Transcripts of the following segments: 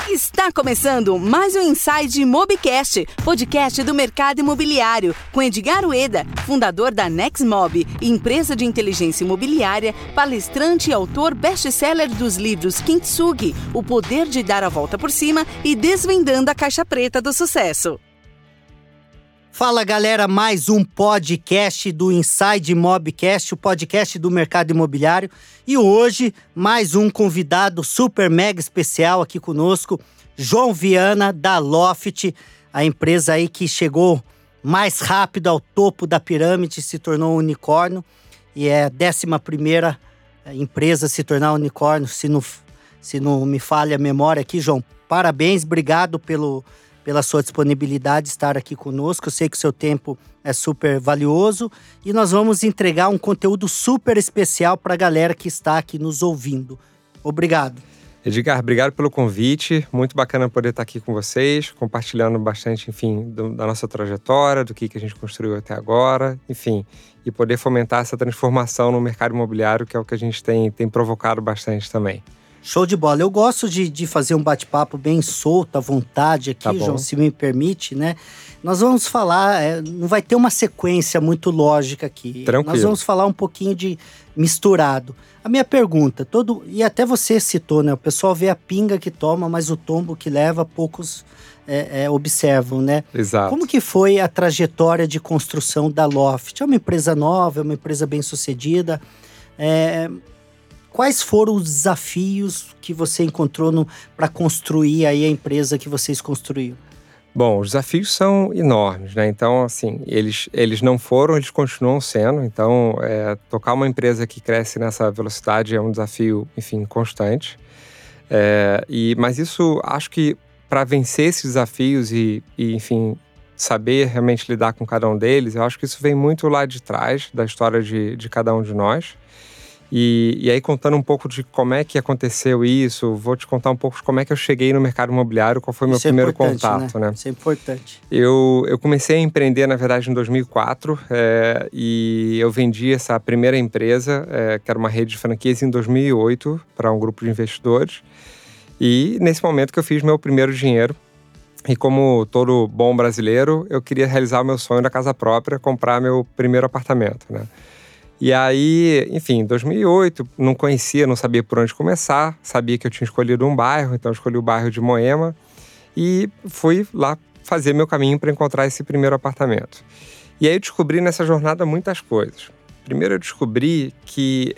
Está começando mais um Inside Mobcast, podcast do mercado imobiliário, com Edgar Ueda, fundador da Nexmob, empresa de inteligência imobiliária, palestrante e autor best-seller dos livros Kintsugi, O Poder de Dar a Volta por Cima e Desvendando a Caixa Preta do Sucesso. Fala galera, mais um podcast do Inside Mobcast, o podcast do mercado imobiliário. E hoje, mais um convidado super mega especial aqui conosco, João Viana, da Loft, a empresa aí que chegou mais rápido ao topo da pirâmide, se tornou um unicórnio. E é a 11ª empresa a se tornar unicórnio, se não me falha a memória aqui, João. Parabéns, obrigado pela sua disponibilidade de estar aqui conosco. Eu sei que o seu tempo é super valioso e nós vamos entregar um conteúdo super especial para a galera que está aqui nos ouvindo. Obrigado. Edgar, obrigado pelo convite. Muito bacana poder estar aqui com vocês, compartilhando bastante, enfim, da nossa trajetória, do que a gente construiu até agora, enfim, e poder fomentar essa transformação no mercado imobiliário, que é o que a gente tem provocado bastante também. Show de bola. Eu gosto de fazer um bate-papo bem solto, à vontade aqui, tá, João, se me permite, né? Nós vamos falar, não vai ter uma sequência muito lógica aqui. Tranquilo. Nós vamos falar um pouquinho de misturado. A minha pergunta, e até você citou, né? O pessoal vê a pinga que toma, mas o tombo que leva, poucos observam, né? Exato. Como que foi a trajetória de construção da Loft? É uma empresa nova, é uma empresa bem-sucedida. Quais foram os desafios que você encontrou para construir aí a empresa que vocês construíram? Bom, os desafios são enormes, né? Então, assim, eles não foram, eles continuam sendo. Então, tocar uma empresa que cresce nessa velocidade é um desafio, enfim, constante. Mas isso, acho que para vencer esses desafios e, enfim, saber realmente lidar com cada um deles, eu acho que isso vem muito lá de trás da história de cada um de nós. E aí, contando um pouco de como é que aconteceu isso, vou te contar um pouco de como é que eu cheguei no mercado imobiliário, qual foi o meu primeiro contato, né? Isso é importante. Eu comecei a empreender, na verdade, em 2004, e eu vendi essa primeira empresa, que era uma rede de franquias, em 2008, para um grupo de investidores. E nesse momento que eu fiz meu primeiro dinheiro, e como todo bom brasileiro, eu queria realizar o meu sonho da casa própria, comprar meu primeiro apartamento, né? E aí, enfim, em 2008, não conhecia, não sabia por onde começar, sabia que eu tinha escolhido um bairro, então eu escolhi o bairro de Moema e fui lá fazer meu caminho para encontrar esse primeiro apartamento. E aí eu descobri nessa jornada muitas coisas. Primeiro eu descobri que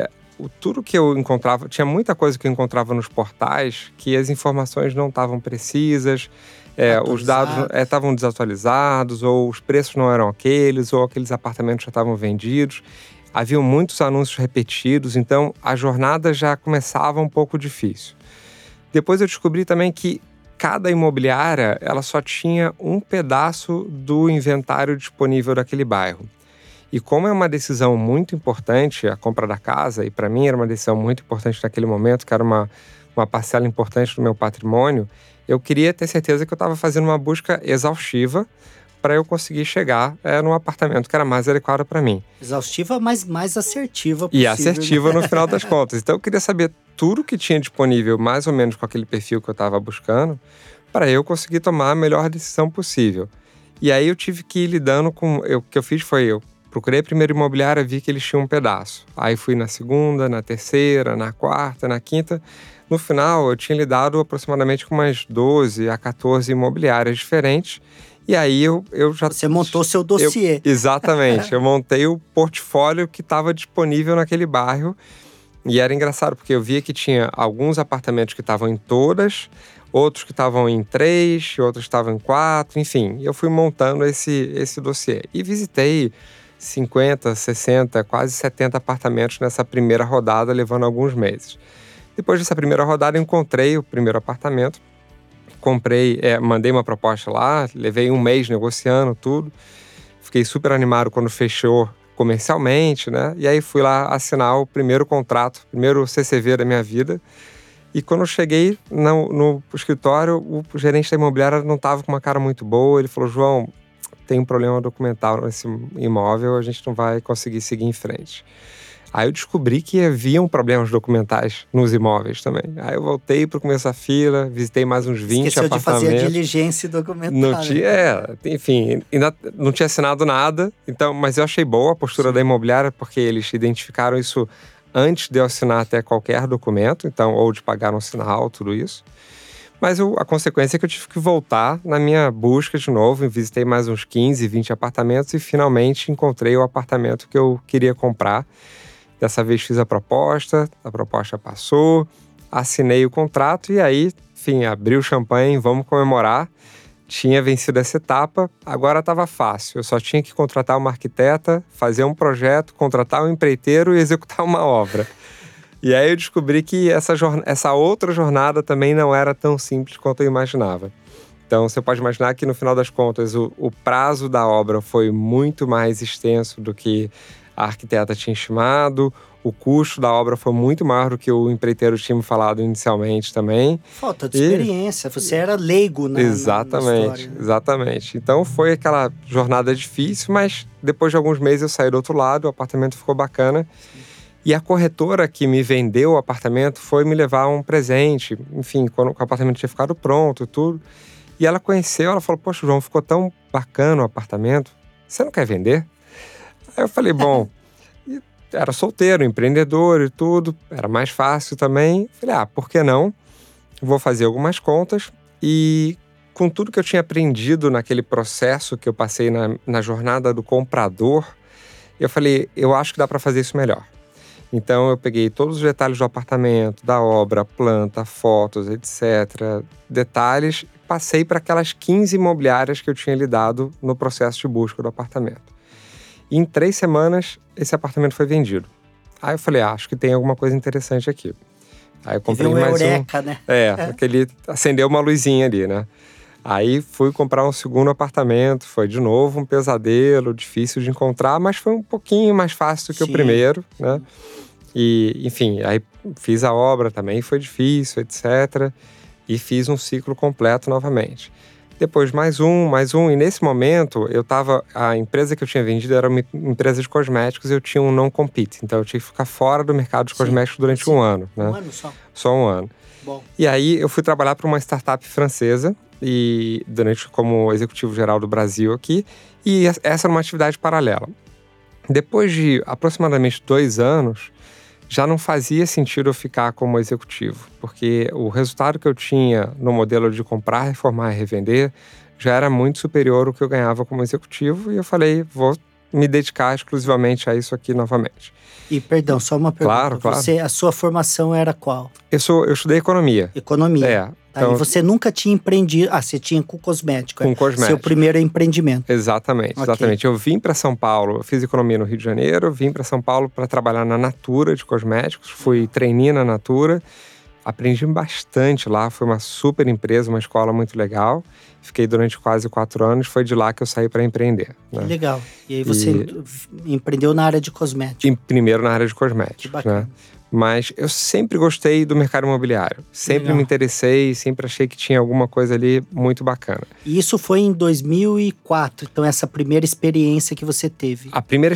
tudo que eu encontrava, tinha muita coisa que eu encontrava nos portais que as informações não estavam precisas, os dados estavam desatualizados, ou os preços não eram aqueles, ou aqueles apartamentos já estavam vendidos. Haviam muitos anúncios repetidos, então a jornada já começava um pouco difícil. Depois eu descobri também que cada imobiliária ela só tinha um pedaço do inventário disponível daquele bairro. E como é uma decisão muito importante, a compra da casa, e para mim era uma decisão muito importante naquele momento, que era uma parcela importante do meu patrimônio, eu queria ter certeza que eu estava fazendo uma busca exaustiva para eu conseguir chegar num apartamento que era mais adequado para mim. Exaustiva, mas mais assertiva possível. E assertiva, né? No final das contas. Então eu queria saber tudo que tinha disponível, mais ou menos com aquele perfil que eu estava buscando, para eu conseguir tomar a melhor decisão possível. E aí eu tive que ir lidando com... O que eu fiz foi eu procurei a primeira imobiliária, vi que eles tinham um pedaço. Aí fui na segunda, na terceira, na quarta, na quinta. No final, eu tinha lidado aproximadamente com umas 12 a 14 imobiliárias diferentes. E aí eu já... Você montou seu dossiê. Exatamente. Eu montei o portfólio que estava disponível naquele bairro. E era engraçado, porque eu via que tinha alguns apartamentos que estavam em todas, outros que estavam em 3, outros estavam em 4, enfim. Eu fui montando esse dossiê. E visitei 50, 60, quase 70 apartamentos nessa primeira rodada, levando alguns meses. Depois dessa primeira rodada, eu encontrei o primeiro apartamento. Comprei, mandei uma proposta lá, levei um mês negociando tudo. Fiquei super animado quando fechou comercialmente, né? E aí fui lá assinar o primeiro contrato, o primeiro CCV da minha vida. E quando eu cheguei no escritório, o gerente da imobiliária não estava com uma cara muito boa. Ele falou: João, tem um problema documental nesse imóvel, a gente não vai conseguir seguir em frente. Aí eu descobri que haviam problemas documentais nos imóveis também. Aí eu voltei para o começo da fila, visitei mais uns 20 Esqueceu apartamentos. de fazer a diligência documental. Não tinha, enfim, ainda não tinha assinado nada, então, mas eu achei boa a postura da imobiliária, porque eles identificaram isso antes de eu assinar até qualquer documento, então, ou de pagar um sinal, tudo isso. Mas a consequência é que eu tive que voltar na minha busca de novo, visitei mais uns 15, 20 apartamentos e finalmente encontrei o apartamento que eu queria comprar. Dessa vez fiz a proposta passou, assinei o contrato e aí, enfim, abri o champanhe, vamos comemorar. Tinha vencido essa etapa, agora estava fácil. Eu só tinha que contratar uma arquiteta, fazer um projeto, contratar um empreiteiro e executar uma obra. E aí eu descobri que essa outra jornada também não era tão simples quanto eu imaginava. Então, você pode imaginar que, no final das contas, o prazo da obra foi muito mais extenso do que a arquiteta tinha estimado, o custo da obra foi muito maior do que o empreiteiro tinha me falado inicialmente também. Falta de experiência, você era leigo na história, né? Exatamente. Então foi aquela jornada difícil, mas depois de alguns meses eu saí do outro lado, o apartamento ficou bacana. Sim. E a corretora que me vendeu o apartamento foi me levar um presente, enfim, quando o apartamento tinha ficado pronto e tudo. E ela conheceu, ela falou, poxa, João, ficou tão bacana o apartamento, você não quer vender? Aí eu falei, bom, era solteiro, empreendedor e tudo, era mais fácil também. Falei, por que não? Vou fazer algumas contas e com tudo que eu tinha aprendido naquele processo que eu passei na jornada do comprador, eu falei, eu acho que dá para fazer isso melhor. Então eu peguei todos os detalhes do apartamento, da obra, planta, fotos, etc., detalhes, passei para aquelas 15 imobiliárias que eu tinha lidado no processo de busca do apartamento. E em 3 semanas, esse apartamento foi vendido. Aí eu falei, acho que tem alguma coisa interessante aqui. Aí eu comprei mais eureka, né? Aquele acendeu uma luzinha ali, né? Aí fui comprar um segundo apartamento, foi de novo um pesadelo, difícil de encontrar, mas foi um pouquinho mais fácil do que o primeiro, né? E, enfim, aí fiz a obra também, foi difícil, etc. E fiz um ciclo completo novamente. Depois mais um, e nesse momento a empresa que eu tinha vendido era uma empresa de cosméticos e eu tinha um non-compete, então eu tinha que ficar fora do mercado de cosméticos durante um ano, né? Um ano só? Só um ano. Bom. E aí eu fui trabalhar para uma startup francesa e como executivo geral do Brasil aqui, e essa era uma atividade paralela. Depois de aproximadamente 2 anos, já não fazia sentido eu ficar como executivo, porque o resultado que eu tinha no modelo de comprar, reformar e revender já era muito superior ao que eu ganhava como executivo e eu falei, vou me dedicar exclusivamente a isso aqui novamente. E, perdão, só uma pergunta. Claro. A sua formação era qual? Eu estudei economia. Economia. Então, e você nunca tinha empreendido... você tinha com cosmético. Com cosmético. Seu primeiro empreendimento. Exatamente. Eu vim para São Paulo, eu fiz economia no Rio de Janeiro, vim para São Paulo para trabalhar na Natura de cosméticos, fui trainee na Natura, aprendi bastante lá, foi uma super empresa, uma escola muito legal. Fiquei durante quase 4 anos, foi de lá que eu saí para empreender. Né? Que legal. E aí você empreendeu na área de cosméticos? Primeiro na área de cosméticos. Que bacana. Né? Mas eu sempre gostei do mercado imobiliário. Sempre me interessei, sempre achei que tinha alguma coisa ali muito bacana. E isso foi em 2004, então essa primeira experiência que você teve? A primeira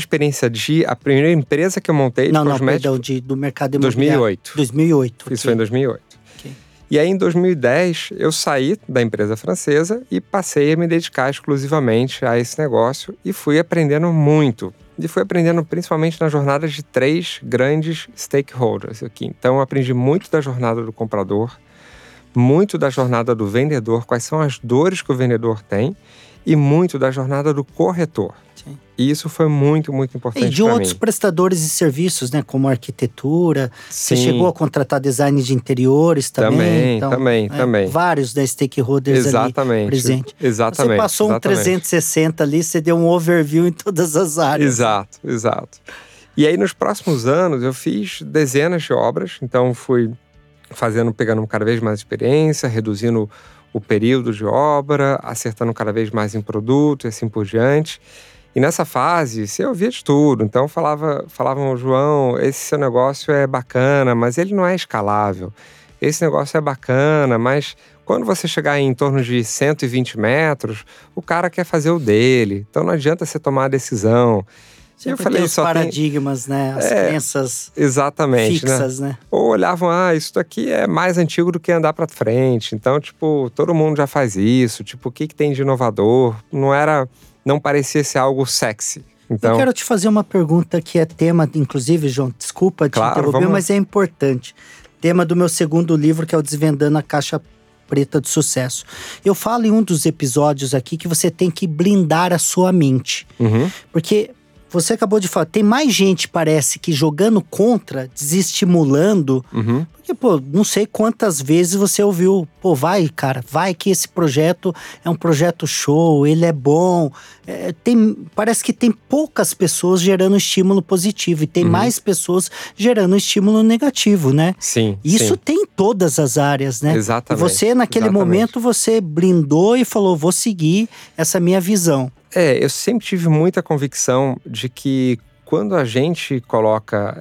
empresa que eu montei de cosméticos… do mercado imobiliário. 2008. Isso foi em 2008. Okay. E aí, em 2010, eu saí da empresa francesa e passei a me dedicar exclusivamente a esse negócio e fui aprendendo muito. E fui aprendendo principalmente nas jornadas de 3 grandes stakeholders aqui. Então, eu aprendi muito da jornada do comprador, muito da jornada do vendedor, quais são as dores que o vendedor tem, e muito da jornada do corretor. Sim. E isso foi muito, muito importante para mim. E de outros prestadores de serviços, né? Como arquitetura. Sim. Você chegou a contratar design de interiores também. Também. Vários da stakeholders ali presentes. Exatamente. Você passou um 360 ali, você deu um overview em todas as áreas. Exato. E aí, nos próximos anos, eu fiz dezenas de obras. Então, fui pegando cada vez mais experiência, reduzindo o período de obra, acertando cada vez mais em produto e assim por diante. E nessa fase, você ouvia de tudo. Então falavam, João, esse seu negócio é bacana, mas ele não é escalável. Esse negócio é bacana, mas quando você chegar em torno de 120 metros, o cara quer fazer o dele. Então não adianta você tomar a decisão. Eu falei, tem os paradigmas, né? As crenças exatamente, fixas, né? Ou olhavam, isso daqui é mais antigo do que andar para frente. Então, tipo, todo mundo já faz isso. Tipo, o que tem de inovador? Não parecia ser algo sexy. Então, eu quero te fazer uma pergunta que é tema, inclusive, João, desculpa te interromper, mas é importante. Tema do meu segundo livro, que é o Desvendando a Caixa Preta do Sucesso. Eu falo em um dos episódios aqui que você tem que blindar a sua mente. Porque você acabou de falar, tem mais gente, parece, que jogando contra, desestimulando. Porque, não sei quantas vezes você ouviu, vai, cara, vai que esse projeto é um projeto show, ele é bom. Parece que tem poucas pessoas gerando estímulo positivo e tem mais pessoas gerando estímulo negativo, né? Sim. Isso tem em todas as áreas, né? Exatamente. E você, naquele momento, você blindou e falou, vou seguir essa minha visão. Eu sempre tive muita convicção de que quando a gente coloca,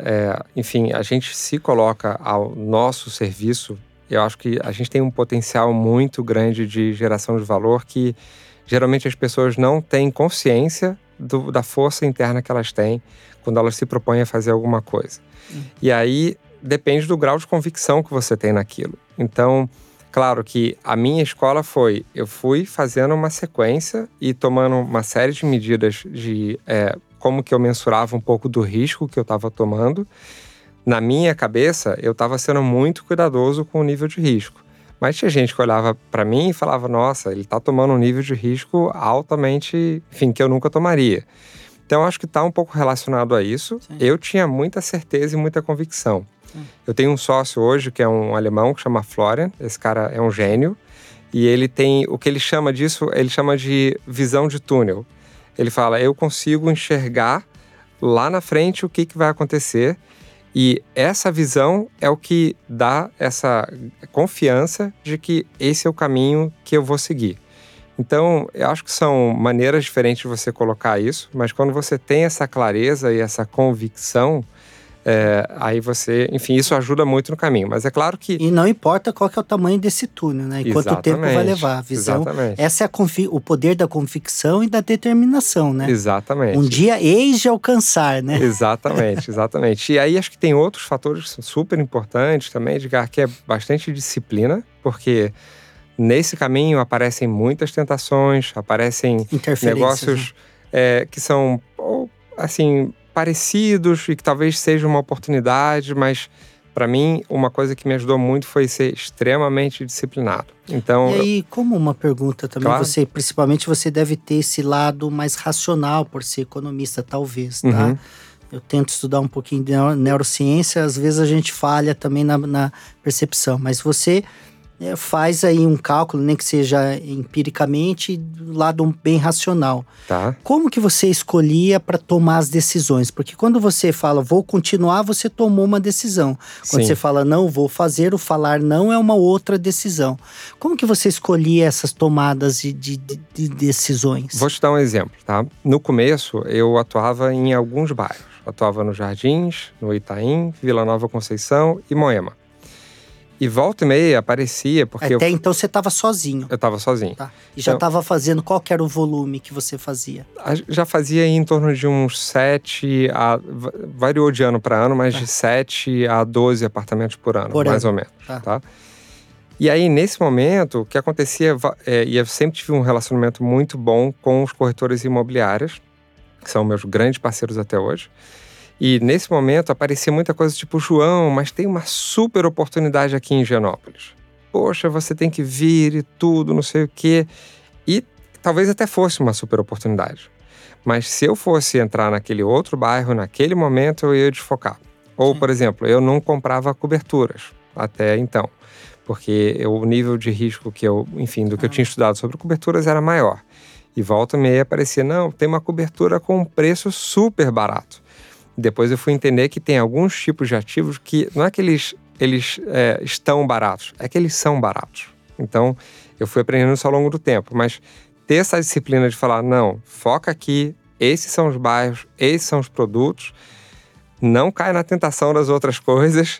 a gente se coloca ao nosso serviço, eu acho que a gente tem um potencial muito grande de geração de valor que geralmente as pessoas não têm consciência da força interna que elas têm quando elas se propõem a fazer alguma coisa. E aí depende do grau de convicção que você tem naquilo. Então, claro que a minha escola eu fui fazendo uma sequência e tomando uma série de medidas de como que eu mensurava um pouco do risco que eu estava tomando. Na minha cabeça, eu estava sendo muito cuidadoso com o nível de risco. Mas tinha gente que olhava para mim e falava, nossa, ele está tomando um nível de risco altamente, que eu nunca tomaria. Então, acho que está um pouco relacionado a isso. Sim. Eu tinha muita certeza e muita convicção. Eu tenho um sócio hoje que é um alemão que chama Florian. Esse cara é um gênio e ele tem o que ele chama disso, ele chama de visão de túnel. Ele fala, eu consigo enxergar lá na frente o que vai acontecer e essa visão é o que dá essa confiança de que esse é o caminho que eu vou seguir. Então, eu acho que são maneiras diferentes de você colocar isso, mas quando você tem essa clareza e essa convicção, aí você, isso ajuda muito no caminho, mas é claro que... E não importa qual que é o tamanho desse túnel, né? E quanto tempo vai levar, a visão. Exatamente. Essa é o poder da convicção e da determinação, né? Exatamente. Um dia hei de alcançar, né? Exatamente. E aí acho que tem outros fatores que são super importantes também, Edgar, que é bastante disciplina, porque nesse caminho aparecem muitas tentações, aparecem negócios que são, parecidos e que talvez seja uma oportunidade, mas para mim uma coisa que me ajudou muito foi ser extremamente disciplinado. Então, e aí, como uma pergunta também, claro. Principalmente você deve ter esse lado mais racional por ser economista, talvez, tá? Eu tento estudar um pouquinho de neurociência, às vezes a gente falha também na percepção, mas você faz aí um cálculo, nem que seja empiricamente, do lado bem racional. Tá. Como que você escolhia para tomar as decisões? Porque quando você fala, vou continuar, você tomou uma decisão. Quando você fala, não, vou fazer, o falar não é uma outra decisão. Como que você escolhia essas tomadas de decisões? Vou te dar um exemplo, tá? No começo, eu atuava em alguns bairros. Atuava nos Jardins, no Itaim, Vila Nova Conceição e Moema. E volta e meia aparecia porque... Até então você estava sozinho. Eu estava sozinho. Tá. E já estava fazendo... Qual que era o volume que você fazia? Já fazia em torno de uns 7 a... Variou de ano para ano, mas de 7 a 12 apartamentos por ano, mais ou menos. Tá? E aí, nesse momento, o que acontecia... E eu sempre tive um relacionamento muito bom com os corretores imobiliários, que são meus grandes parceiros até hoje. E nesse momento aparecia muita coisa tipo, João, mas tem uma super oportunidade aqui em Higienópolis. Poxa, você tem que vir e tudo, não sei o quê. E talvez até fosse uma super oportunidade. Mas se eu fosse entrar naquele outro bairro, naquele momento, eu ia desfocar. Ou, por exemplo, eu não comprava coberturas até então. Porque o nível de risco que eu tinha estudado sobre coberturas era maior. E volta e meia aparecia, não, tem uma cobertura com um preço super barato. Depois eu fui entender que tem alguns tipos de ativos que não é que eles estão baratos, é que eles são baratos. Então, eu fui aprendendo isso ao longo do tempo. Mas ter essa disciplina de falar, não, foca aqui, esses são os bairros, esses são os produtos, não cai na tentação das outras coisas,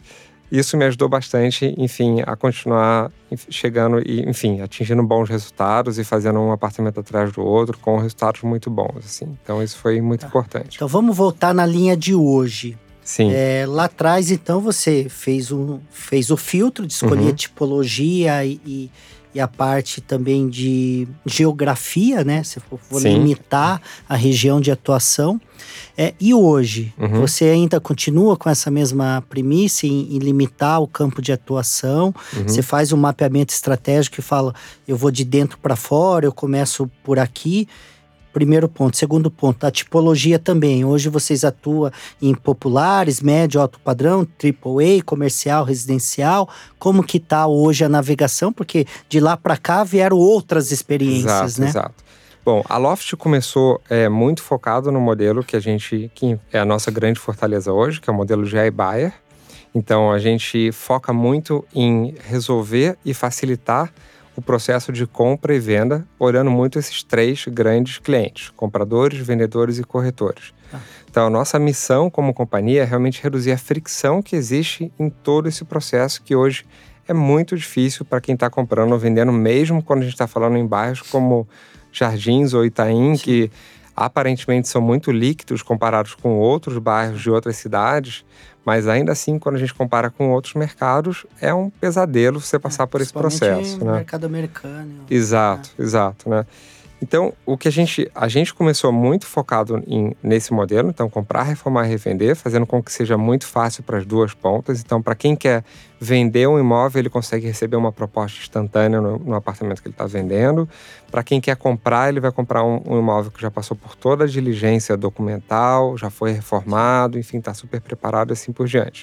isso me ajudou bastante, enfim, a continuar chegando e, enfim, atingindo bons resultados e fazendo um apartamento atrás do outro com resultados muito bons, assim. Então, isso foi muito importante. Então, vamos voltar na linha de hoje. Sim. Lá atrás, então, você fez o filtro de escolher a tipologia e a parte também de geografia, né? Você for limitar a região de atuação. E hoje, você ainda continua com essa mesma premissa em limitar o campo de atuação? Você faz um mapeamento estratégico e fala, eu vou de dentro para fora, eu começo por aqui. Primeiro ponto. Segundo ponto, a tipologia também. Hoje vocês atuam em populares, médio, alto padrão, AAA, comercial, residencial. Como que está hoje a navegação? Porque de lá para cá vieram outras experiências, né? Exato. Bom, a Loft começou muito focado no modelo que é a nossa grande fortaleza hoje, que é o modelo GI Buyer. Então, a gente foca muito em resolver e facilitar o processo de compra e venda, olhando muito esses 3 grandes clientes: compradores, vendedores e corretores. Então, a nossa missão como companhia é realmente reduzir a fricção que existe em todo esse processo, que hoje é muito difícil para quem está comprando ou vendendo, mesmo quando a gente está falando em bairros como Jardins ou Itaim, que aparentemente são muito líquidos comparados com outros bairros de outras cidades, mas ainda assim, quando a gente compara com outros mercados, é um pesadelo você passar por esse processo, no né? mercado americano. Exato, né? Então, o que a gente começou muito focado nesse modelo, então comprar, reformar e revender, fazendo com que seja muito fácil para as duas pontas. Então, para quem quer vender um imóvel, ele consegue receber uma proposta instantânea no apartamento que ele está vendendo. Para quem quer comprar, ele vai comprar um imóvel que já passou por toda a diligência documental, já foi reformado, enfim, está super preparado e assim por diante.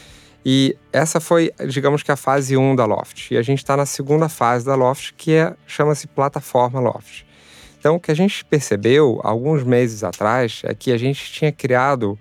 E essa foi, digamos que a fase 1 da Loft. E a gente está na segunda fase da Loft, que chama-se Plataforma Loft. Então, o que a gente percebeu alguns meses atrás é que a gente tinha criado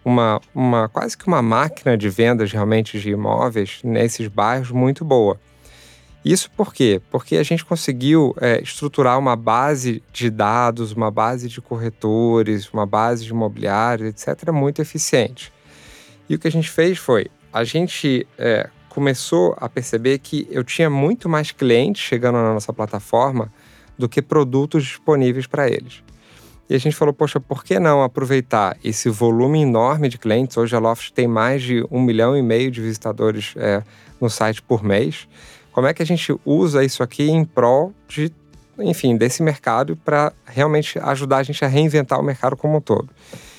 quase que uma máquina de vendas realmente de imóveis nesses bairros muito boa. Isso por quê? Porque a gente conseguiu estruturar uma base de dados, uma base de corretores, uma base de imobiliários, etc., muito eficiente. E o que a gente fez foi, a gente começou a perceber que eu tinha muito mais clientes chegando na nossa plataforma do que produtos disponíveis para eles. E a gente falou, poxa, por que não aproveitar esse volume enorme de clientes? Hoje a Loft tem mais de 1,5 milhão de visitadores no site por mês. Como é que a gente usa isso aqui em prol desse mercado para realmente ajudar a gente a reinventar o mercado como um todo?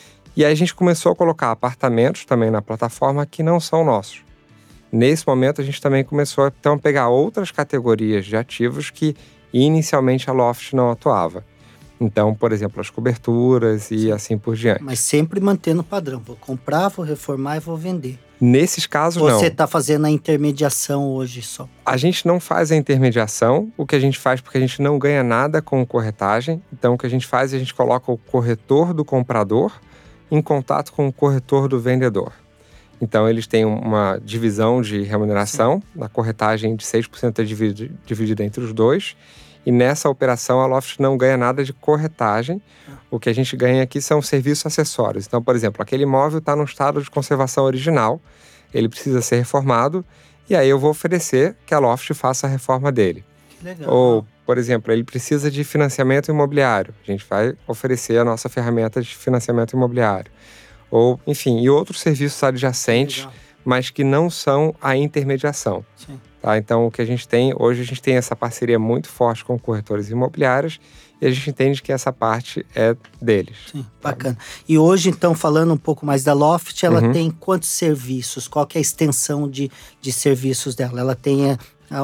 E aí a gente começou a colocar apartamentos também na plataforma que não são nossos. Nesse momento a gente também começou então, a pegar outras categorias de ativos que inicialmente a Loft não atuava. Então, por exemplo, as coberturas e assim por diante. Mas sempre mantendo o padrão. Vou comprar, vou reformar e vou vender. Nesses casos, não. Você está fazendo a intermediação hoje só? A gente não faz a intermediação. O que a gente faz, porque a gente não ganha nada com corretagem. Então, o que a gente faz, a gente coloca o corretor do comprador em contato com o corretor do vendedor. Então, eles têm uma divisão de remuneração. A corretagem de 6% é dividida entre os dois. E nessa operação, a Loft não ganha nada de corretagem. O que a gente ganha aqui são serviços acessórios. Então, por exemplo, aquele imóvel está num estado de conservação original, ele precisa ser reformado, e aí eu vou oferecer que a Loft faça a reforma dele. Que legal. Ou, por exemplo, ele precisa de financiamento imobiliário. A gente vai oferecer a nossa ferramenta de financiamento imobiliário. Ou, enfim, e outros serviços adjacentes, mas que não são a intermediação. Sim. Tá? Então, o que a gente tem, hoje a gente tem essa parceria muito forte com corretores imobiliários e a gente entende que essa parte é deles. Sim, bacana. E hoje, então, falando um pouco mais da Loft, ela tem quantos serviços? Qual que é a extensão de serviços dela? Ela tem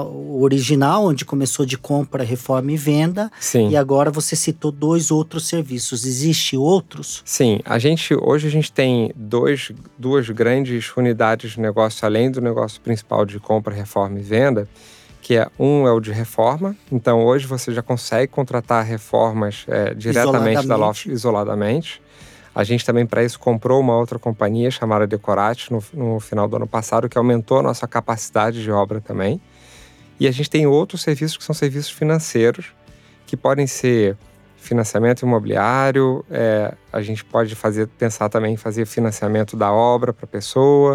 o original, onde começou de compra, reforma e venda. Sim. E agora você citou 2 outros serviços. Existem outros? Sim. Hoje a gente tem duas grandes unidades de negócio, além do negócio principal de compra, reforma e venda, que é o de reforma. Então, hoje você já consegue contratar reformas diretamente da Loft isoladamente. A gente também, para isso, comprou uma outra companhia chamada Decorate no final do ano passado, que aumentou a nossa capacidade de obra também. E a gente tem outros serviços que são serviços financeiros, que podem ser financiamento imobiliário, a gente pode pensar também em fazer financiamento da obra para a pessoa,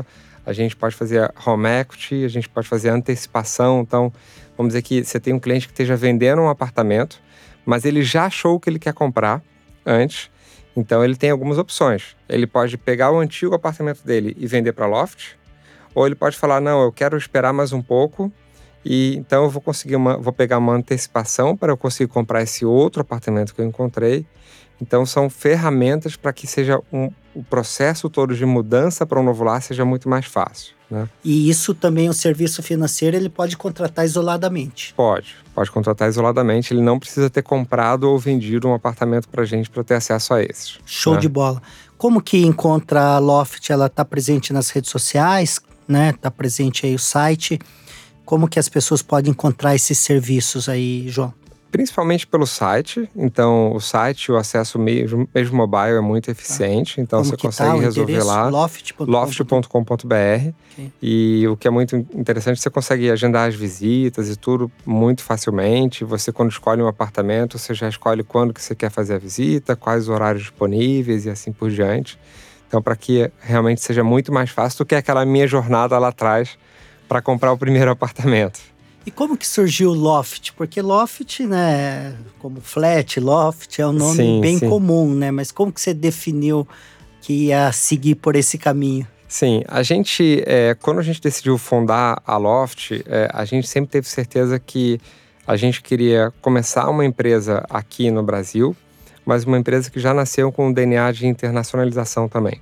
a gente pode fazer home equity, a gente pode fazer antecipação. Então, vamos dizer que você tem um cliente que esteja vendendo um apartamento, mas ele já achou o que ele quer comprar antes, então ele tem algumas opções. Ele pode pegar o antigo apartamento dele e vender para loft, ou ele pode falar, não, eu quero esperar mais um pouco, e então eu vou pegar uma antecipação para eu conseguir comprar esse outro apartamento que eu encontrei. Então são ferramentas para que seja o processo todo de mudança para um novo lar seja muito mais fácil, né? E isso também, o serviço financeiro, ele pode contratar isoladamente? Pode contratar isoladamente. Ele não precisa ter comprado ou vendido um apartamento para a gente para ter acesso a esses. Show, né? De bola. Como que encontra a Loft? Ela está presente nas redes sociais, né? Está presente aí o site. Como que as pessoas podem encontrar esses serviços aí, João? Principalmente pelo site. Então, o site, o acesso mesmo mobile é muito eficiente. Então, você consegue resolver lá. Loft.com.br. Okay. E o que é muito interessante, você consegue agendar as visitas e tudo muito facilmente. Você, quando escolhe um apartamento, você já escolhe quando que você quer fazer a visita, quais os horários disponíveis e assim por diante. Então, para que realmente seja muito mais fácil do que aquela minha jornada lá atrás para comprar o primeiro apartamento. E como que surgiu o Loft? Porque Loft, né, como flat, Loft, é um nome bem comum, né? Mas como que você definiu que ia seguir por esse caminho? Sim, a gente, quando a gente decidiu fundar a Loft, a gente sempre teve certeza que a gente queria começar uma empresa aqui no Brasil, mas uma empresa que já nasceu com um DNA de internacionalização também.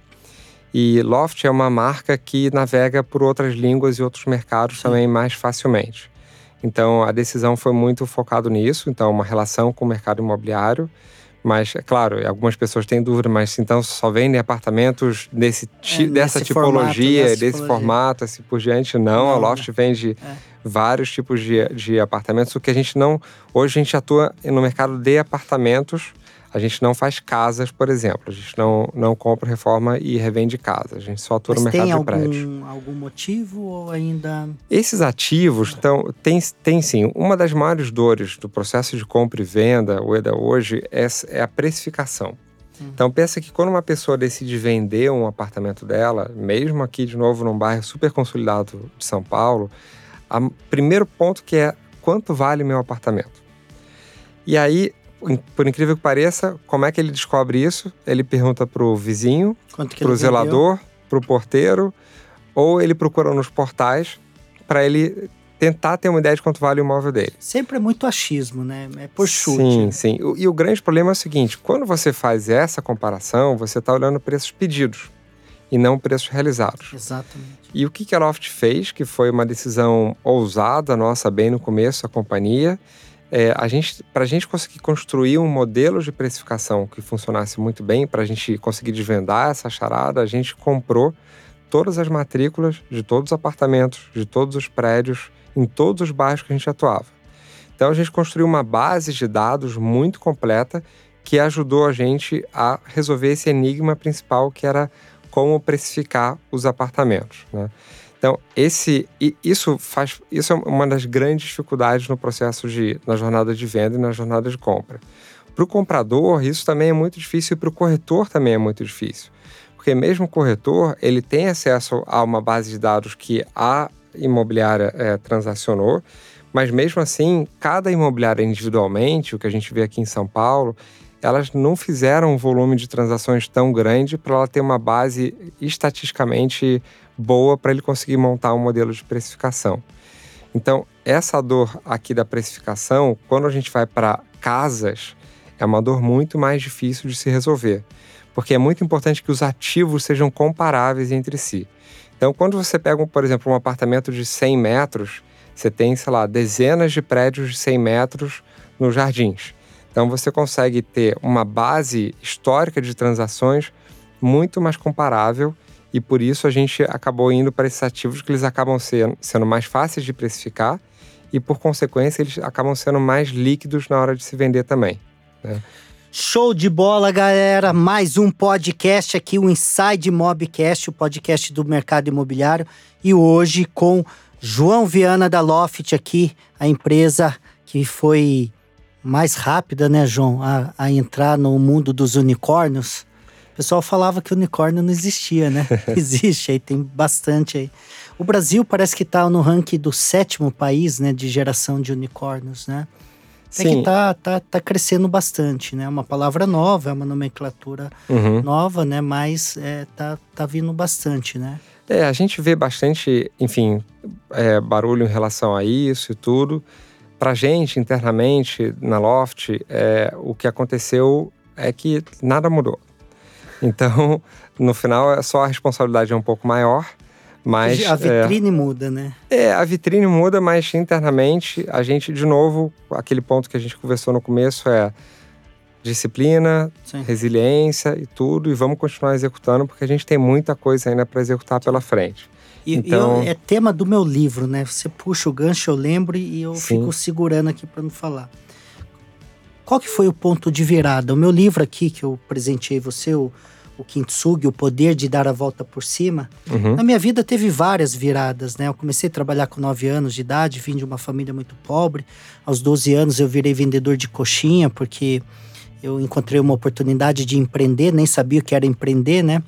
E Loft é uma marca que navega por outras línguas e outros mercados também mais facilmente. Então, a decisão foi muito focada nisso. Então, uma relação com o mercado imobiliário. Mas, é claro, algumas pessoas têm dúvida, mas então só vendem apartamentos dessa tipologia, desse formato, assim por diante? Não, a Loft vende vários tipos de apartamentos. O que a gente não... Hoje a gente atua no mercado de apartamentos. A gente não faz casas, por exemplo. A gente não compra, reforma e revende casa. A gente só atua no mercado de prédio. Mas tem algum motivo ou ainda... Esses ativos, então, tem sim. Uma das maiores dores do processo de compra e venda, Ueda, hoje, é a precificação. Então, pensa que quando uma pessoa decide vender um apartamento dela, mesmo aqui, de novo, num bairro super consolidado de São Paulo, o primeiro ponto que é quanto vale meu apartamento? E aí, por incrível que pareça, como é que ele descobre isso? Ele pergunta pro vizinho, pro zelador, pro porteiro, ou ele procura nos portais para ele tentar ter uma ideia de quanto vale o imóvel dele. Sempre é muito achismo, né? É por chute. Sim. E o grande problema é o seguinte, quando você faz essa comparação, você está olhando preços pedidos e não preços realizados. Exatamente. E o que a Loft fez, que foi uma decisão ousada nossa bem no começo da companhia, para a gente conseguir construir um modelo de precificação que funcionasse muito bem, para a gente conseguir desvendar essa charada, a gente comprou todas as matrículas de todos os apartamentos, de todos os prédios, em todos os bairros que a gente atuava. Então a gente construiu uma base de dados muito completa que ajudou a gente a resolver esse enigma principal, que era como precificar os apartamentos, né? Então, isso é uma das grandes dificuldades no processo na jornada de venda e na jornada de compra. Para o comprador, isso também é muito difícil, e para o corretor também é muito difícil. Porque mesmo o corretor, ele tem acesso a uma base de dados que a imobiliária transacionou, mas mesmo assim, cada imobiliária individualmente, o que a gente vê aqui em São Paulo, elas não fizeram um volume de transações tão grande para ela ter uma base estatisticamente boa para ele conseguir montar um modelo de precificação. Então, essa dor aqui da precificação, quando a gente vai para casas, é uma dor muito mais difícil de se resolver, porque é muito importante que os ativos sejam comparáveis entre si. Então, quando você pega, por exemplo, um apartamento de 100 metros, você tem, sei lá, dezenas de prédios de 100 metros nos jardins. Então, você consegue ter uma base histórica de transações muito mais comparável, e por isso a gente acabou indo para esses ativos que eles acabam sendo mais fáceis de precificar e, por consequência, eles acabam sendo mais líquidos na hora de se vender também, né? Show de bola, galera! Mais um podcast aqui, o Inside Mobcast, o podcast do mercado imobiliário. E hoje com João Viana da Loft aqui, a empresa que foi mais rápida, né, João, a entrar no mundo dos unicórnios. O pessoal falava que o unicórnio não existia, né? Existe, aí tem bastante aí. O Brasil parece que está no ranking do 7º país, né, de geração de unicórnios, né? É que tá crescendo bastante, né? É uma palavra nova, é uma nomenclatura nova, né? Mas tá vindo bastante, né? A gente vê bastante, enfim, barulho em relação a isso e tudo. Pra gente, internamente, na Loft, o que aconteceu é que nada mudou. Então, no final, a responsabilidade é um pouco maior, mas... A vitrine muda, né? A vitrine muda, mas internamente, a gente, de novo, aquele ponto que a gente conversou no começo disciplina, Sim. Resiliência e tudo, e vamos continuar executando, porque a gente tem muita coisa ainda para executar pela frente. Então, é tema do meu livro, né? Você puxa o gancho, eu lembro e eu fico segurando aqui para não falar. Qual que foi o ponto de virada? O meu livro aqui, que eu presenteei você, o Kintsugi, O Poder de Dar a Volta por Cima. Na minha vida teve várias viradas, né? Eu comecei a trabalhar com 9 anos de idade, vim de uma família muito pobre. Aos 12 anos eu virei vendedor de coxinha, porque eu encontrei uma oportunidade de empreender, nem sabia o que era empreender, né?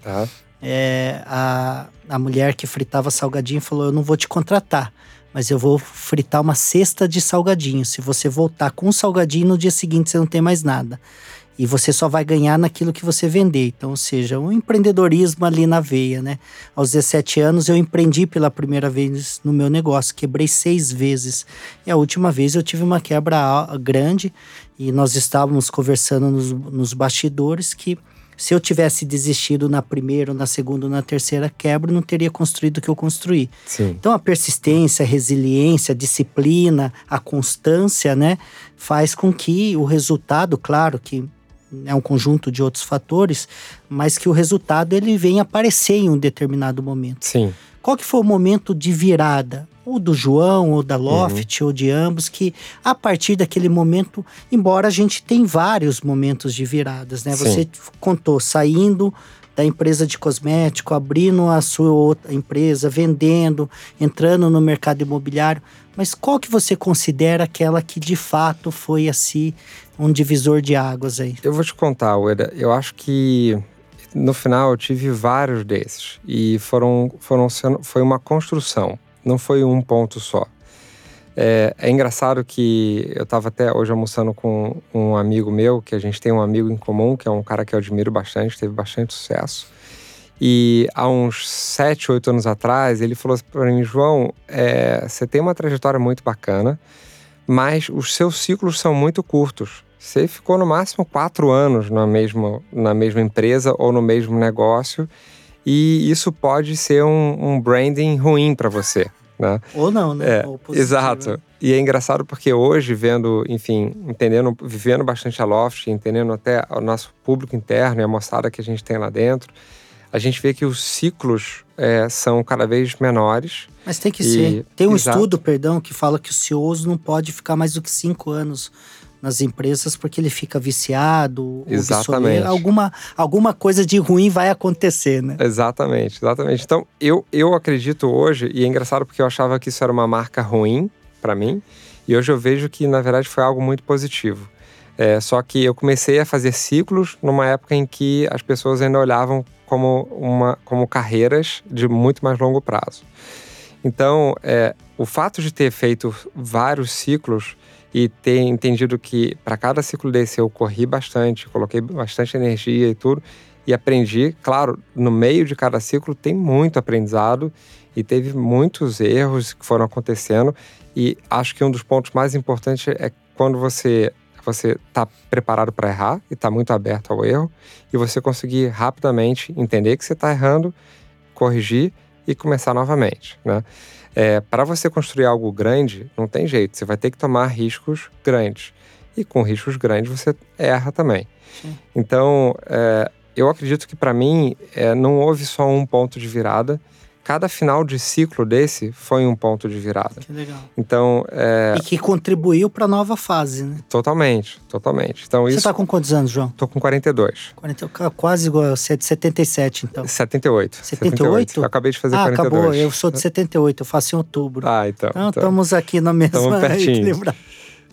A mulher que fritava salgadinho falou, eu não vou te contratar, mas eu vou fritar uma cesta de salgadinho. Se você voltar com um salgadinho, no dia seguinte você não tem mais nada. E você só vai ganhar naquilo que você vender. Então, ou seja, um empreendedorismo ali na veia, né? Aos 17 anos eu empreendi pela primeira vez no meu negócio. Quebrei 6 vezes. E a última vez eu tive uma quebra grande. E nós estávamos conversando nos bastidores que se eu tivesse desistido na primeira, na segunda ou na terceira quebra, eu não teria construído o que eu construí. Sim. Então a persistência, a resiliência, a disciplina, a constância, né, faz com que o resultado, claro que é um conjunto de outros fatores, mas que o resultado ele venha aparecer em um determinado momento. Sim. Qual que foi o momento de virada? Ou do João, ou da Loft, ou de ambos, que a partir daquele momento, embora a gente tenha vários momentos de viradas, né? Sim. Você contou saindo da empresa de cosmético, abrindo a sua outra empresa, vendendo, entrando no mercado imobiliário. Mas qual que você considera aquela que de fato foi assim, um divisor de águas aí? Eu vou te contar, Ueda. Eu acho que no final eu tive vários desses. E foi uma construção. Não foi um ponto só. É engraçado que eu estava até hoje almoçando com um amigo meu, que a gente tem um amigo em comum, que é um cara que eu admiro bastante, teve bastante sucesso. E há uns 7, 8 anos atrás, ele falou para mim, João, você tem uma trajetória muito bacana, mas os seus ciclos são muito curtos. Você ficou no máximo 4 anos na mesma empresa ou no mesmo negócio, e isso pode ser um branding ruim para você, né? Ou não, né? Ou positivo, exato. né? E é engraçado porque hoje, vivendo bastante a Loft, entendendo até o nosso público interno e a moçada que a gente tem lá dentro, a gente vê que os ciclos são cada vez menores. Mas tem que ser. Tem um estudo, que fala que o CEOs não pode ficar mais do que 5 anos nas empresas, porque ele fica viciado, exatamente. Alguma coisa de ruim vai acontecer, né? Exatamente. Então, eu acredito hoje, e é engraçado porque eu achava que isso era uma marca ruim para mim, e hoje eu vejo que, na verdade, foi algo muito positivo. Só que eu comecei a fazer ciclos numa época em que as pessoas ainda olhavam como carreiras de muito mais longo prazo. Então, o fato de ter feito vários ciclos e ter entendido que para cada ciclo desse eu corri bastante, coloquei bastante energia e tudo, e aprendi, claro, no meio de cada ciclo tem muito aprendizado e teve muitos erros que foram acontecendo, e acho que um dos pontos mais importantes é quando você está preparado para errar e está muito aberto ao erro, e você conseguir rapidamente entender que você está errando, corrigir e começar novamente, né? Para você construir algo grande, não tem jeito, você vai ter que tomar riscos grandes. E com riscos grandes você erra também. Sim. Então, eu acredito que para mim não houve só um ponto de virada. Cada final de ciclo desse foi um ponto de virada. Que legal. Então, e que contribuiu para a nova fase, né? Totalmente. Então, você está com quantos anos, João? Tô com 42. Quase igual, você é de 77, então. 78. 78? Eu acabei de fazer 42. Acabou, eu sou de 78, eu faço em outubro. Então estamos aqui na mesma pertinho. equilibrada.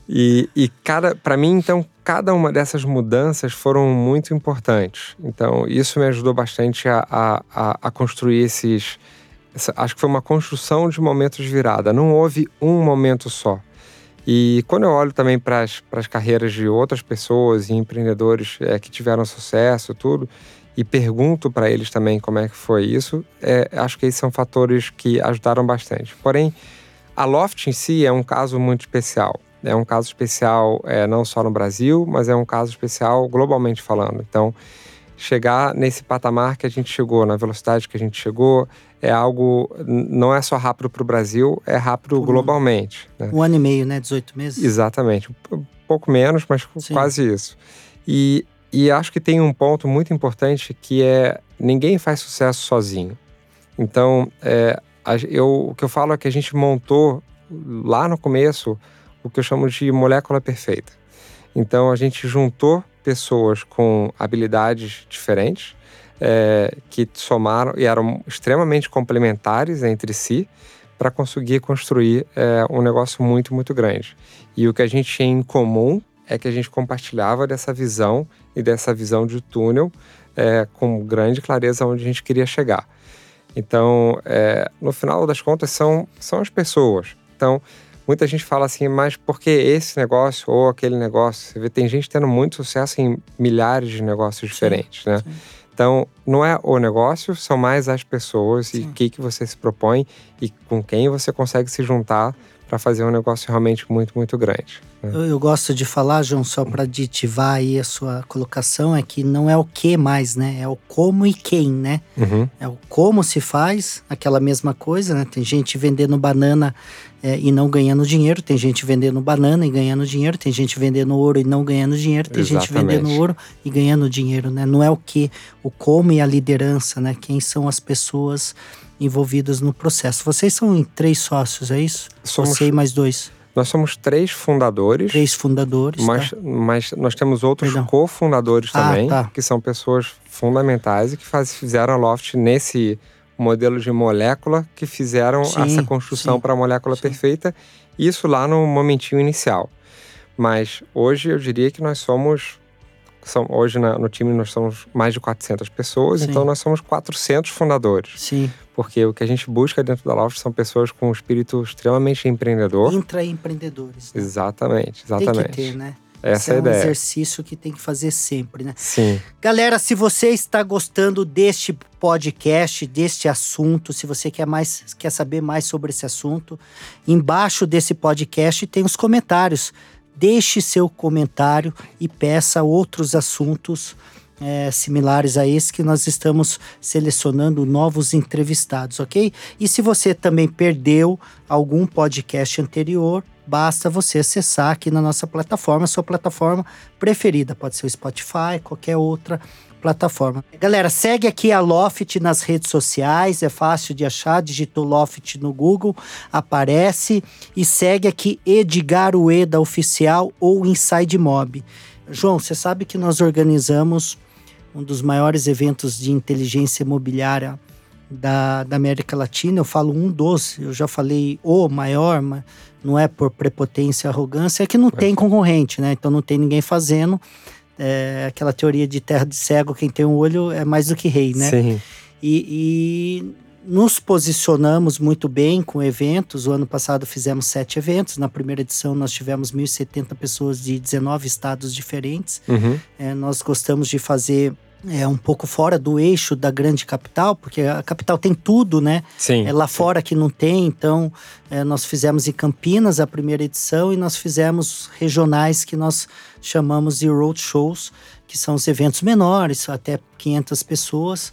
Para mim, então, cada uma dessas mudanças foram muito importantes. Então, isso me ajudou bastante a construir acho que foi uma construção de momentos de virada. Não houve um momento só. E quando eu olho também para as carreiras de outras pessoas e empreendedores que tiveram sucesso, tudo, e pergunto para eles também como é que foi isso, acho que esses são fatores que ajudaram bastante. Porém, a Loft em si é um caso muito especial. É um caso especial não só no Brasil, mas é um caso especial globalmente falando. Então, chegar nesse patamar que a gente chegou, na velocidade que a gente chegou, é algo, não é só rápido para o Brasil, é rápido globalmente. Né? 1 ano e meio, né? 18 meses? Exatamente. Um pouco menos, mas Sim. quase isso. E acho que tem um ponto muito importante que ninguém faz sucesso sozinho. Então, o que eu falo é que a gente montou lá no começo o que eu chamo de molécula perfeita. Então, a gente juntou pessoas com habilidades diferentes, que somaram e eram extremamente complementares entre si para conseguir construir um negócio muito, muito grande. E o que a gente tinha em comum é que a gente compartilhava dessa visão e dessa visão de túnel com grande clareza onde a gente queria chegar. Então, no final das contas, são as pessoas. Então, muita gente fala assim, mas por que esse negócio ou aquele negócio? Você vê, tem gente tendo muito sucesso em milhares de negócios diferentes, né? Sim. Então, não é o negócio, são mais as pessoas Sim. e o que você se propõe e com quem você consegue se juntar para fazer um negócio realmente muito, muito grande. Né? Eu gosto de falar, João, só para aditivar aí a sua colocação, é que não é o que mais, né? É o como e quem, né? Uhum. É o como se faz, aquela mesma coisa, né? Tem gente vendendo banana e não ganhando dinheiro, tem gente vendendo banana e ganhando dinheiro, tem gente vendendo ouro e não ganhando dinheiro, tem Exatamente. gente vendendo ouro e ganhando dinheiro, né? Não é o que, o como e a liderança, né? Quem são as pessoas envolvidas no processo. Vocês são em 3 sócios, é isso? Você e mais 2? Nós somos 3 fundadores. 3 fundadores, mas nós temos outros cofundadores também, que são pessoas fundamentais e que fizeram a Loft nesse modelo de molécula, que fizeram essa construção para a molécula perfeita, isso lá no momentinho inicial. Mas hoje eu diria que nós somos hoje no time nós somos mais de 400 pessoas, então nós somos 400 fundadores. Sim. Porque o que a gente busca dentro da Loft são pessoas com um espírito extremamente empreendedor. Intraempreendedores. Né? Exatamente. Tem que ter, né? Essa é a ideia. É um exercício que tem que fazer sempre, né? Sim. Galera, se você está gostando deste podcast, deste assunto, se você quer saber mais sobre esse assunto, embaixo desse podcast tem os comentários. Deixe seu comentário e peça outros assuntos similares a esse que nós estamos selecionando novos entrevistados, ok? E se você também perdeu algum podcast anterior, basta você acessar aqui na nossa plataforma, sua plataforma preferida. Pode ser o Spotify, qualquer outra plataforma. Galera, segue aqui a Loft nas redes sociais, é fácil de achar, digitou Loft no Google, aparece, e segue aqui Edgar Ueda Oficial ou Inside Mob. João, você sabe que nós organizamos um dos maiores eventos de inteligência imobiliária da América Latina. Eu falo eu já falei o maior, mas não é por prepotência e arrogância, é que não tem concorrente, né? Então não tem ninguém fazendo. Aquela teoria de terra de cego, quem tem um olho é mais do que rei, né? Sim. E nos posicionamos muito bem com eventos. O ano passado fizemos 7 eventos. Na primeira edição nós tivemos 1.070 pessoas de 19 estados diferentes. Uhum. Nós gostamos de fazer um pouco fora do eixo da grande capital, porque a capital tem tudo, né? Sim. Lá fora que não tem. Então, nós fizemos em Campinas a primeira edição e nós fizemos regionais que nós chamamos de roadshows, que são os eventos menores, até 500 pessoas.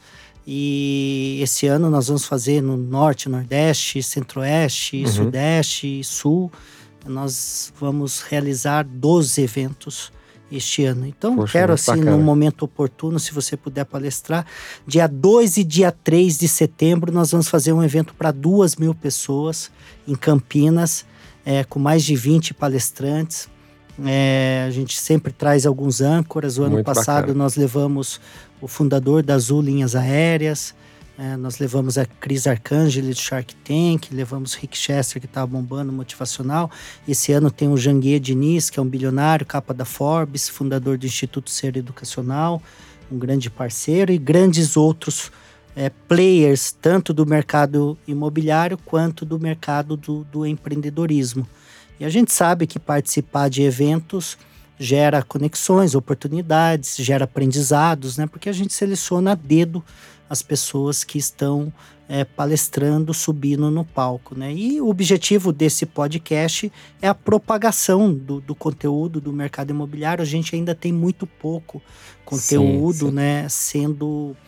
E esse ano nós vamos fazer no Norte, Nordeste, Centro-Oeste, Sudeste e Sul. Nós vamos realizar 12 eventos este ano. Então, quero assim, num momento oportuno, se você puder palestrar, dia 2 e dia 3 de setembro, nós vamos fazer um evento para 2.000 pessoas em Campinas, com mais de 20 palestrantes. A gente sempre traz alguns âncoras. O ano passado nós levamos o fundador da Azul Linhas Aéreas, Nós levamos a Cris Arcangeli do Shark Tank, levamos o Rick Chester, que estava bombando, motivacional. Esse ano tem o Janguier Diniz, que é um bilionário, capa da Forbes, fundador do Instituto Ser Educacional, um grande parceiro, e grandes outros players, tanto do mercado imobiliário quanto do mercado do empreendedorismo. E a gente sabe que participar de eventos gera conexões, oportunidades, gera aprendizados, né? Porque a gente seleciona a dedo as pessoas que estão palestrando, subindo no palco, né? E o objetivo desse podcast é a propagação do conteúdo do mercado imobiliário. A gente ainda tem muito pouco conteúdo, sim. Né, sendo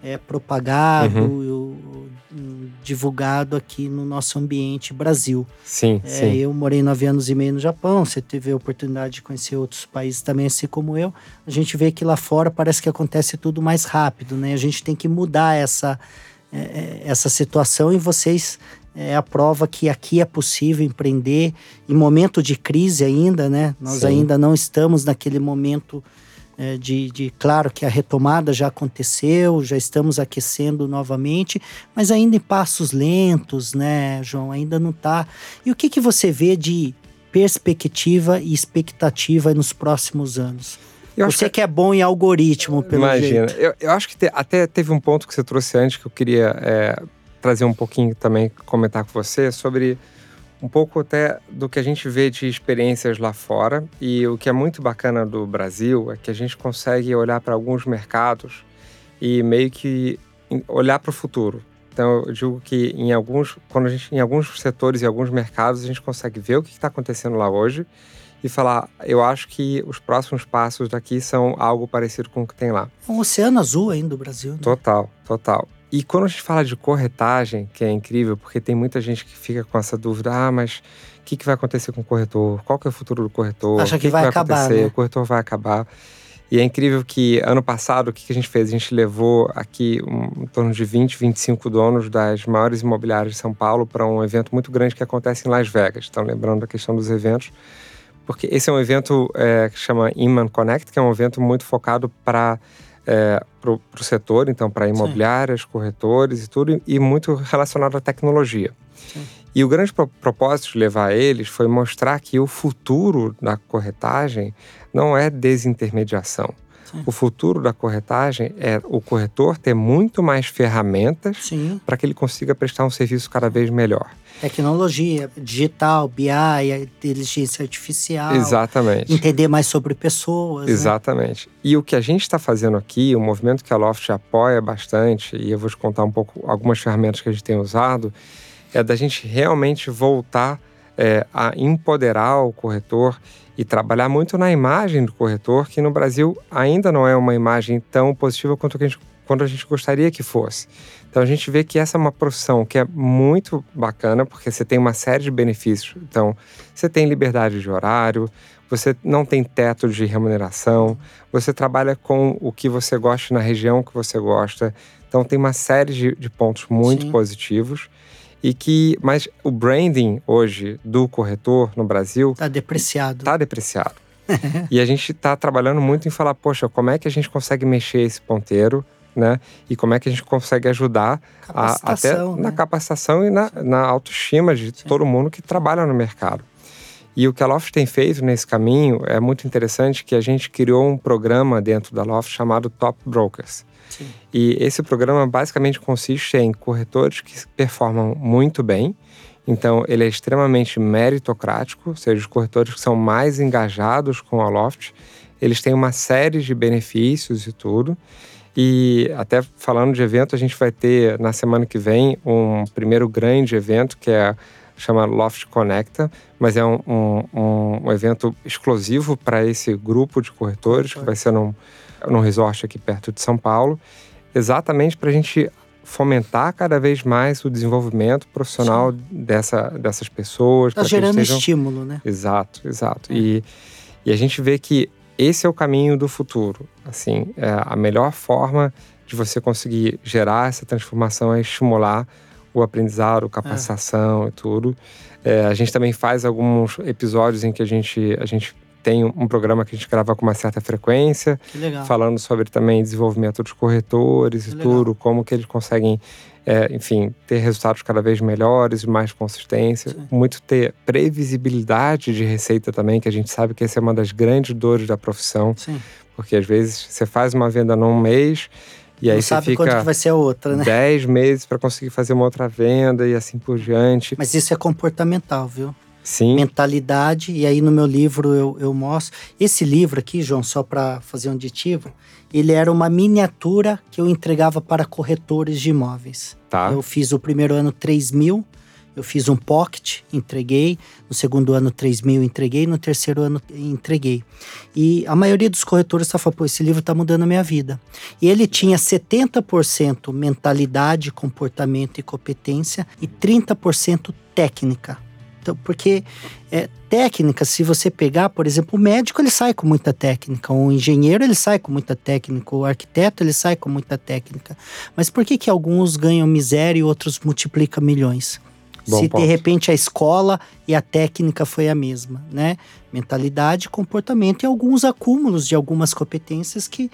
propagado, divulgado aqui no nosso ambiente Brasil. Sim. Eu morei 9 anos e meio no Japão, você teve a oportunidade de conhecer outros países também, assim como eu. A gente vê que lá fora parece que acontece tudo mais rápido, né? A gente tem que mudar essa situação, e vocês a prova que aqui é possível empreender em momento de crise ainda, né? Nós ainda não estamos naquele momento claro que a retomada já aconteceu, já estamos aquecendo novamente, mas ainda em passos lentos, né, João? Ainda não está. E o que você vê de perspectiva e expectativa nos próximos anos? Você que é bom em algoritmo, pelo jeito. Imagina. Eu acho que até teve um ponto que você trouxe antes que eu queria trazer um pouquinho também, comentar com você sobre um pouco até do que a gente vê de experiências lá fora. E o que é muito bacana do Brasil é que a gente consegue olhar para alguns mercados e meio que olhar para o futuro. Então, eu digo que em alguns setores e alguns mercados, a gente consegue ver o que está acontecendo lá hoje e falar, eu acho que os próximos passos daqui são algo parecido com o que tem lá. Um oceano azul ainda do Brasil, né? Total. E quando a gente fala de corretagem, que é incrível, porque tem muita gente que fica com essa dúvida, mas o que vai acontecer com o corretor? Qual que é o futuro do corretor? Acha que vai acabar, acontecer? Né? O corretor vai acabar. E é incrível que ano passado, o que a gente fez? A gente levou aqui em torno de 20, 25 donos das maiores imobiliárias de São Paulo para um evento muito grande que acontece em Las Vegas. Então, lembrando a questão dos eventos, porque esse é um evento que chama Inman Connect, que é um evento muito focado para o setor, então para imobiliárias, corretores e tudo, e muito relacionado à tecnologia. Sim. E o grande propósito de levar eles foi mostrar que o futuro da corretagem não é desintermediação. Sim. O futuro da corretagem é o corretor ter muito mais ferramentas para que ele consiga prestar um serviço cada vez melhor. Tecnologia, digital, BI, inteligência artificial. Exatamente. Entender mais sobre pessoas. Exatamente. Né? E o que a gente está fazendo aqui, o movimento que a Loft apoia bastante, e eu vou te contar um pouco algumas ferramentas que a gente tem usado, é da gente realmente voltar a empoderar o corretor e trabalhar muito na imagem do corretor, que no Brasil ainda não é uma imagem tão positiva quanto a gente gostaria que fosse. Então a gente vê que essa é uma profissão que é muito bacana, porque você tem uma série de benefícios. Então, você tem liberdade de horário, você não tem teto de remuneração, você trabalha com o que você gosta na região que você gosta. Então tem uma série de pontos muito positivos. Mas o branding hoje do corretor no Brasil Está depreciado. E a gente está trabalhando muito em falar, poxa, como é que a gente consegue mexer esse ponteiro, né? E como é que a gente consegue ajudar até na capacitação e na autoestima de todo mundo que trabalha no mercado. E o que a Loft tem feito nesse caminho é muito interessante, que a gente criou um programa dentro da Loft chamado Top Brokers. Sim. E esse programa basicamente consiste em corretores que performam muito bem. Então, ele é extremamente meritocrático, ou seja, os corretores que são mais engajados com a Loft, eles têm uma série de benefícios e tudo. E até falando de evento, a gente vai ter na semana que vem um primeiro grande evento que chama Loft Conecta, mas é um evento exclusivo para esse grupo de corretores, que vai ser num resort aqui perto de São Paulo, exatamente para a gente fomentar cada vez mais o desenvolvimento profissional dessas pessoas. Está gerando estímulo, né? Exato. E a gente vê que esse é o caminho do futuro. Assim, a melhor forma de você conseguir gerar essa transformação é estimular o aprendizado, a capacitação e tudo. A gente também faz alguns episódios em que a gente tem um programa que a gente grava com uma certa frequência, falando sobre também desenvolvimento dos corretores e tudo, como que eles conseguem, enfim, ter resultados cada vez melhores, mais consistência, muito ter previsibilidade de receita também, que a gente sabe que essa é uma das grandes dores da profissão, porque às vezes você faz uma venda num mês e aí você fica quanto que vai ser a outra, né? 10 meses para conseguir fazer uma outra venda e assim por diante. Mas isso é comportamental, viu? Sim. Mentalidade, e aí no meu livro eu mostro. Esse livro aqui, João, só para fazer um aditivo, ele era uma miniatura que eu entregava para corretores de imóveis. Tá. Eu fiz o primeiro ano 3.000, eu fiz um pocket, entreguei. No segundo ano 3.000, entreguei. No terceiro ano, entreguei. E a maioria dos corretores tá falando, pô, esse livro tá mudando a minha vida. E ele tinha 70% mentalidade, comportamento e competência e 30% técnica. Então, porque técnica, se você pegar, por exemplo, o médico ele sai com muita técnica, o engenheiro ele sai com muita técnica, o arquiteto ele sai com muita técnica. Mas por que alguns ganham miséria e outros multiplicam milhões? Se de repente a escola e a técnica foi a mesma, né? Mentalidade, comportamento e alguns acúmulos de algumas competências que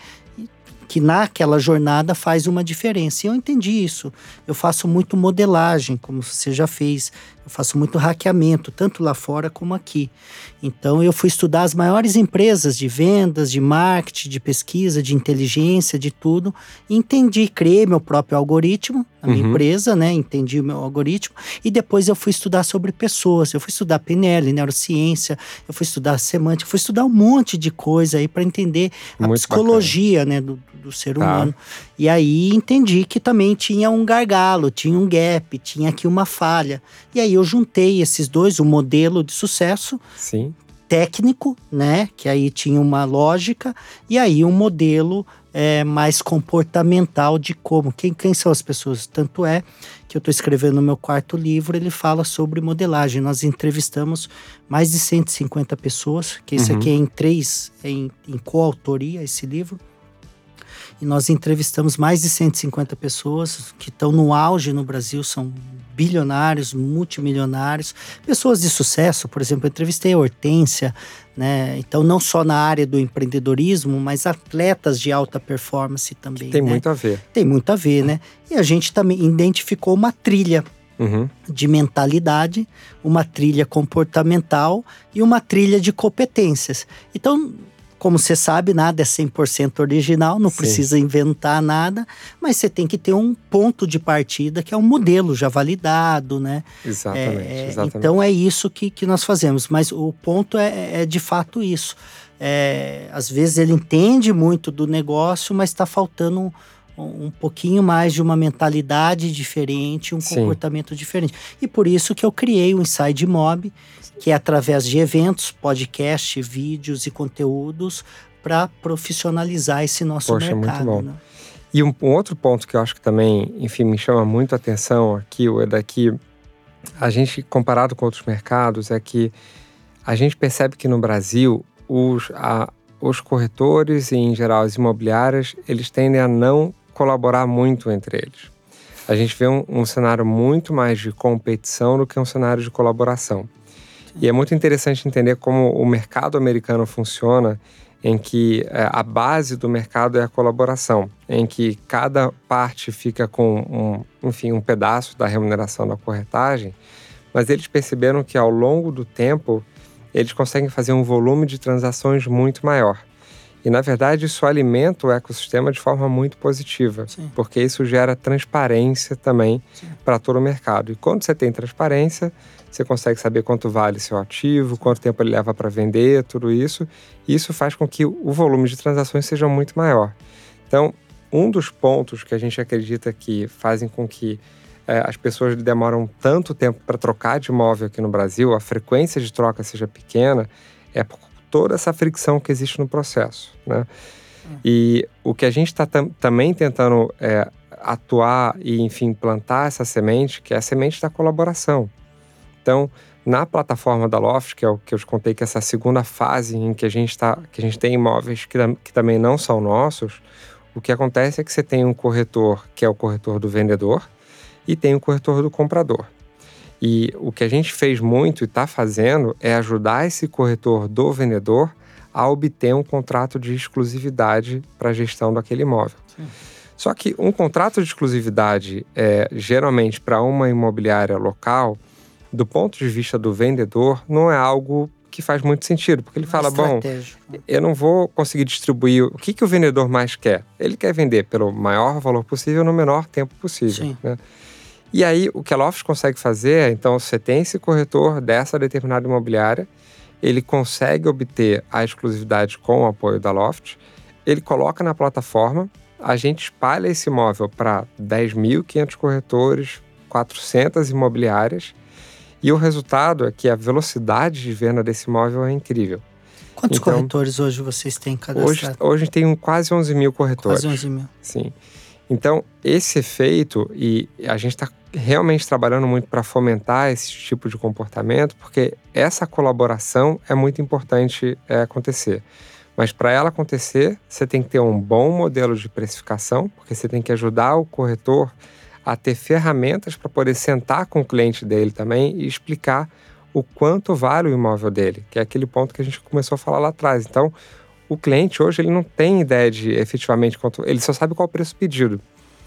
naquela jornada faz uma diferença. E eu entendi isso. Eu faço muito modelagem, como você já fez. Eu faço muito hackeamento, tanto lá fora como aqui. Então eu fui estudar as maiores empresas de vendas, de marketing, de pesquisa, de inteligência, de tudo. E entendi, criei meu próprio algoritmo na minha empresa, né? Entendi o meu algoritmo. E depois eu fui estudar sobre pessoas. Eu fui estudar PNL, neurociência. Eu fui estudar semântica. Fui estudar um monte de coisa aí para entender a muito psicologia, né? Do ser humano. E aí entendi que também tinha um gargalo, tinha um gap, tinha aqui uma falha. E aí eu juntei esses dois, o modelo de sucesso técnico, né? Que aí tinha uma lógica, e aí um modelo mais comportamental de como, quem são as pessoas. Tanto é que eu estou escrevendo no meu quarto livro, ele fala sobre modelagem. Nós entrevistamos mais de 150 pessoas, que isso aqui é em coautoria, esse livro. E nós entrevistamos mais de 150 pessoas que estão no auge no Brasil, são bilionários, multimilionários, pessoas de sucesso. Por exemplo, eu entrevistei a Hortência, né? Então, não só na área do empreendedorismo, mas atletas de alta performance também. Tem muito a ver. Tem muito a ver, né? E a gente também identificou uma trilha de mentalidade, uma trilha comportamental e uma trilha de competências. Então, como você sabe, nada é 100% original, não precisa inventar nada, mas você tem que ter um ponto de partida que é um modelo já validado, né? Exatamente. Então é isso que nós fazemos, mas o ponto é de fato isso. Às vezes ele entende muito do negócio, mas está faltando um pouquinho mais de uma mentalidade diferente, um comportamento diferente. E por isso que eu criei o Inside Mob, que é através de eventos, podcast, vídeos e conteúdos para profissionalizar esse nosso mercado. Muito bom. Né? E um outro ponto que eu acho que também, enfim, me chama muito a atenção aqui, é que a gente, comparado com outros mercados, é que a gente percebe que no Brasil os corretores e, em geral, as imobiliárias, eles tendem a não colaborar muito entre eles. A gente vê um cenário muito mais de competição do que um cenário de colaboração. E é muito interessante entender como o mercado americano funciona, em que a base do mercado é a colaboração, em que cada parte fica com um pedaço da remuneração da corretagem, mas eles perceberam que ao longo do tempo eles conseguem fazer um volume de transações muito maior. E, na verdade, isso alimenta o ecossistema de forma muito positiva, porque isso gera transparência também para todo o mercado. E quando você tem transparência, você consegue saber quanto vale seu ativo, quanto tempo ele leva para vender, tudo isso. E isso faz com que o volume de transações seja muito maior. Então, um dos pontos que a gente acredita que fazem com que as pessoas demoram tanto tempo para trocar de imóvel aqui no Brasil, a frequência de troca seja pequena, é por toda essa fricção que existe no processo, né? E o que a gente está também tentando atuar e, enfim, plantar essa semente, que é a semente da colaboração. Então, na plataforma da Loft, que é o que eu te contei, que é essa segunda fase em que a gente tem imóveis que também não são nossos, o que acontece é que você tem um corretor, que é o corretor do vendedor, e tem o corretor do comprador. E o que a gente fez muito e está fazendo é ajudar esse corretor do vendedor a obter um contrato de exclusividade para a gestão daquele imóvel. Sim. Só que um contrato de exclusividade, geralmente para uma imobiliária local, do ponto de vista do vendedor, não é algo que faz muito sentido, porque ele fala, bom, eu não vou conseguir distribuir. O que o vendedor mais quer? Ele quer vender pelo maior valor possível no menor tempo possível. Né? E aí, o que a Loft consegue fazer é, então, você tem esse corretor dessa determinada imobiliária, ele consegue obter a exclusividade com o apoio da Loft, ele coloca na plataforma, a gente espalha esse imóvel para 10.500 corretores, 400 imobiliárias, e o resultado é que a velocidade de venda desse imóvel é incrível. Quantos corretores hoje vocês têm cadastrado? Hoje tem quase 11 mil corretores. Quase 11 mil. Sim. Então, esse efeito, e a gente está realmente trabalhando muito para fomentar esse tipo de comportamento, porque essa colaboração é muito importante acontecer. Mas para ela acontecer, você tem que ter um bom modelo de precificação, porque você tem que ajudar o corretor a ter ferramentas para poder sentar com o cliente dele também e explicar o quanto vale o imóvel dele, que é aquele ponto que a gente começou a falar lá atrás. Então, o cliente hoje ele não tem ideia de efetivamente quanto... Ele só sabe qual é o preço pedido.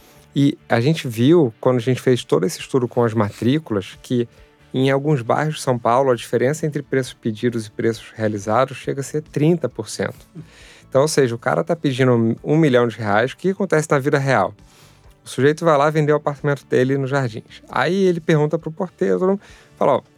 E a gente viu, quando a gente fez todo esse estudo com as matrículas, que em alguns bairros de São Paulo a diferença entre preços pedidos e preços realizados chega a ser 30%. Então, ou seja, o cara está pedindo R$1 milhão. O que acontece na vida real? O sujeito vai lá vender o apartamento dele nos Jardins. Aí ele pergunta para o porteiro, fala, ó,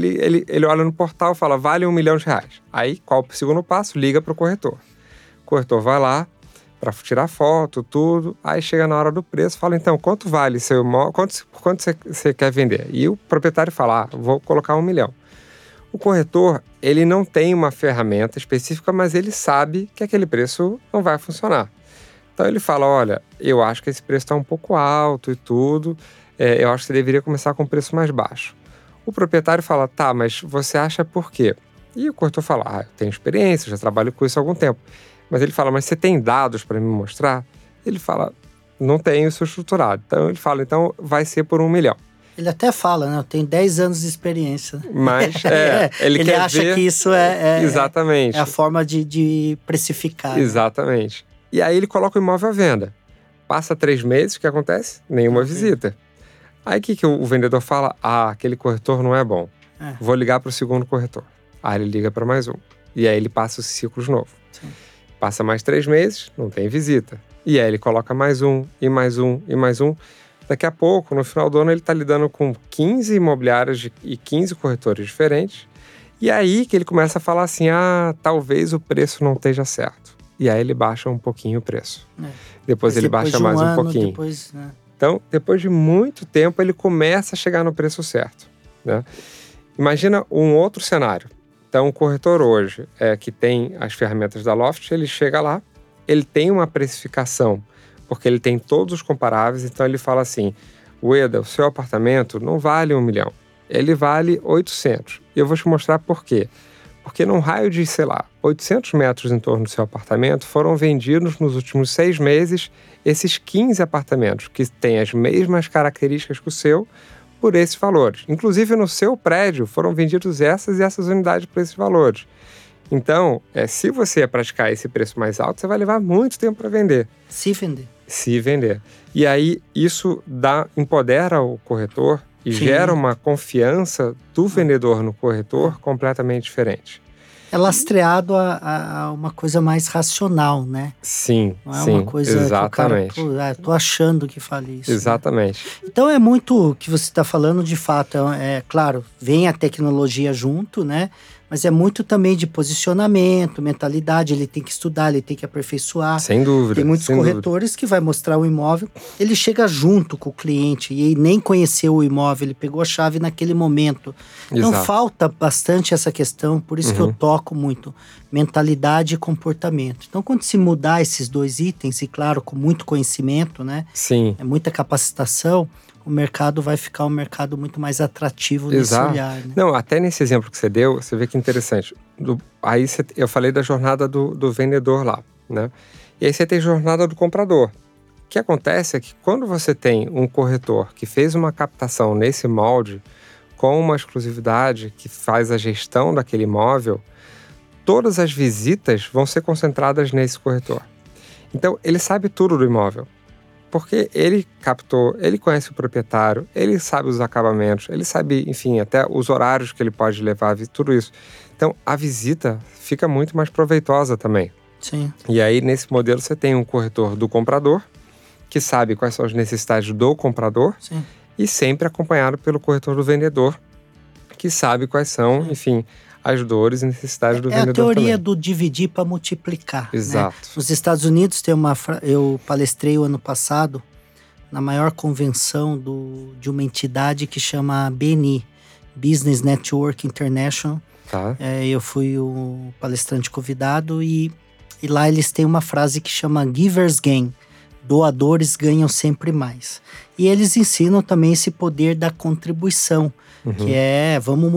ele olha no portal e fala, vale R$1 milhão. Aí, qual o segundo passo? Liga para o corretor. O corretor vai lá para tirar foto, tudo. Aí chega na hora do preço, fala, então, quanto vale seu imóvel? Por quanto você quer vender? E o proprietário fala, vou colocar R$1 milhão. O corretor, ele não tem uma ferramenta específica, mas ele sabe que aquele preço não vai funcionar. Então ele fala, olha, eu acho que esse preço está um pouco alto e tudo, eu acho que você deveria começar com um preço mais baixo. O proprietário fala, tá, mas você acha por quê? E o corretor fala, eu tenho experiência, já trabalho com isso há algum tempo. Mas ele fala, mas você tem dados para me mostrar? Ele fala, não tenho isso estruturado. Então ele fala, então vai ser por R$1 milhão. Ele até fala, né? Eu tenho 10 anos de experiência. Mas ele quer acha ver... que isso Exatamente. É a forma de precificar. Exatamente. Né? E aí ele coloca o imóvel à venda. Passa 3 meses, o que acontece? Nenhuma visita. Aí o que o vendedor fala? Aquele corretor não é bom. Vou ligar para o segundo corretor. Aí ele liga para mais um. E aí ele passa o ciclo de novo. Sim. Passa mais 3 meses, não tem visita. E aí ele coloca mais um, e mais um, e mais um. Daqui a pouco, no final do ano, ele está lidando com 15 imobiliárias e 15 corretores diferentes. E aí que ele começa a falar assim, talvez o preço não esteja certo. E aí ele baixa um pouquinho o preço. Depois ele baixa mais um pouquinho. Então, depois de muito tempo, ele começa a chegar no preço certo. Né? Imagina um outro cenário. Então, o corretor hoje, que tem as ferramentas da Loft, ele chega lá, ele tem uma precificação, porque ele tem todos os comparáveis, então ele fala assim, Ueda, o seu apartamento não vale R$1 milhão, ele vale 800. E eu vou te mostrar por quê. Porque num raio de, 800 metros em torno do seu apartamento, foram vendidos nos últimos 6 meses esses 15 apartamentos, que têm as mesmas características que o seu, por esses valores. Inclusive, no seu prédio, foram vendidos essas e essas unidades por esses valores. Então, se você praticar esse preço mais alto, você vai levar muito tempo para vender. Se vender. E aí, isso empodera o corretor e gera uma confiança do vendedor no corretor completamente diferente. É lastreado a uma coisa mais racional, né? Sim, não é uma coisa exatamente. Que o cara, tô achando que fale isso. Exatamente. Né? Então é muito o que você está falando, de fato, claro, vem a tecnologia junto, né? Mas é muito também de posicionamento, mentalidade, ele tem que estudar, ele tem que aperfeiçoar. Sem dúvida. Tem muitos corretores que vai mostrar o imóvel, ele chega junto com o cliente e nem conheceu o imóvel, ele pegou a chave naquele momento. Então falta bastante essa questão, por isso que eu toco muito, mentalidade e comportamento. Então quando se mudar esses 2 itens, e claro, com muito conhecimento, né? Sim. Muita capacitação, o mercado vai ficar um mercado muito mais atrativo nesse olhar. Né? Não, até nesse exemplo que você deu, você vê que interessante. Eu falei da jornada do vendedor lá, né? E aí você tem a jornada do comprador. O que acontece é que quando você tem um corretor que fez uma captação nesse molde, com uma exclusividade que faz a gestão daquele imóvel, todas as visitas vão ser concentradas nesse corretor. Então, ele sabe tudo do imóvel, porque ele captou, ele conhece o proprietário, ele sabe os acabamentos, ele sabe, enfim, até os horários que ele pode levar, tudo isso. Então, a visita fica muito mais proveitosa também. Sim. E aí, nesse modelo, você tem um corretor do comprador, que sabe quais são as necessidades do comprador, Sim. e sempre acompanhado pelo corretor do vendedor, que sabe quais são, enfim, as dores e necessidades do vendedor também. É a teoria do dividir para multiplicar. Exato. Né? Nos Estados Unidos tem eu palestrei o ano passado na maior convenção de uma entidade que chama BNI, Business Network International. Tá. Eu fui o palestrante convidado e lá eles têm uma frase que chama Givers Gain. Doadores ganham sempre mais. E eles ensinam também esse poder da contribuição, que é vamos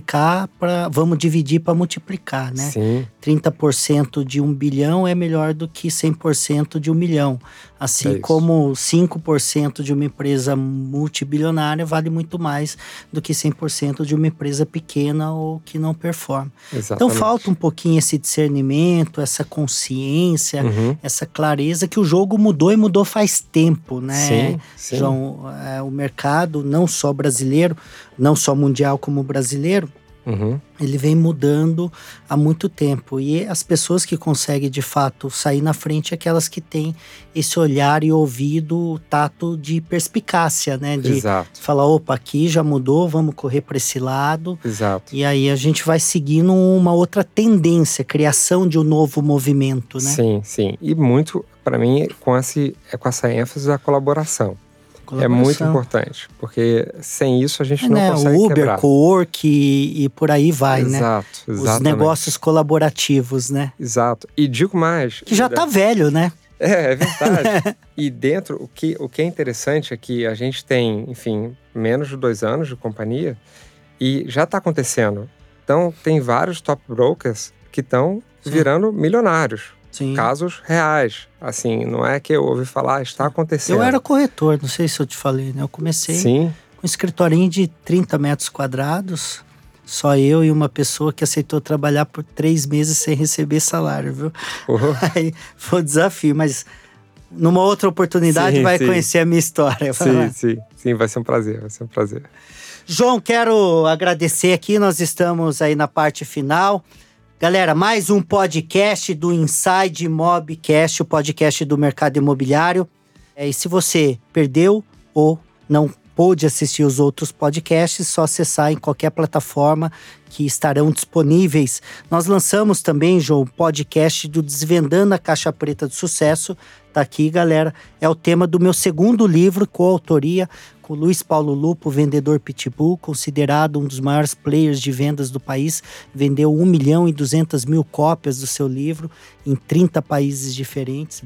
dividir para multiplicar, né? Sim. 30% de 1 bilhão é melhor do que 100% de 1 milhão. Assim como 5% de uma empresa multibilionária vale muito mais do que 100% de uma empresa pequena ou que não performa. Exatamente. Então falta um pouquinho esse discernimento, essa consciência, essa clareza que o jogo mudou e mudou faz tempo, né? Sim. João, o mercado, não só brasileiro, não só mundial como brasileiro, ele vem mudando há muito tempo. E as pessoas que conseguem, de fato, sair na frente é aquelas que têm esse olhar e ouvido, tato de perspicácia, né? De falar, opa, aqui já mudou, vamos correr para esse lado. Exato. E aí a gente vai seguindo uma outra tendência, criação de um novo movimento, né? Sim. E muito, para mim, com essa ênfase da colaboração. É muito importante, porque sem isso a gente não consegue o Uber, quebrar. Co-work e por aí vai, Exato, né? exatamente. Os negócios colaborativos, né? Exato. E digo mais... Que já tá velho, né? É verdade. E dentro, o que é interessante é que a gente tem, enfim, menos de 2 anos de companhia e já tá acontecendo. Então, tem vários top brokers que estão virando milionários. Sim. Casos reais. Assim, não é que eu ouvi falar, está acontecendo. Eu era corretor, não sei se eu te falei, né? Eu comecei com um escritorinho de 30 metros quadrados, só eu e uma pessoa que aceitou trabalhar por 3 meses sem receber salário, viu? Aí foi um desafio, mas numa outra oportunidade vai conhecer a minha história. Sim, vai ser um prazer, João, quero agradecer aqui, nós estamos aí na parte final. Galera, mais um podcast do Inside Mobcast, o podcast do mercado imobiliário. E se você perdeu ou não pôde assistir os outros podcasts, só acessar em qualquer plataforma que estarão disponíveis. Nós lançamos também, João, o podcast do Desvendando a Caixa Preta do Sucesso. Tá aqui, galera. É o tema do meu segundo livro, coautoria com o Luiz Paulo Lupo, vendedor Pitbull, considerado um dos maiores players de vendas do país. Vendeu 1.200.000 cópias do seu livro em 20 países diferentes.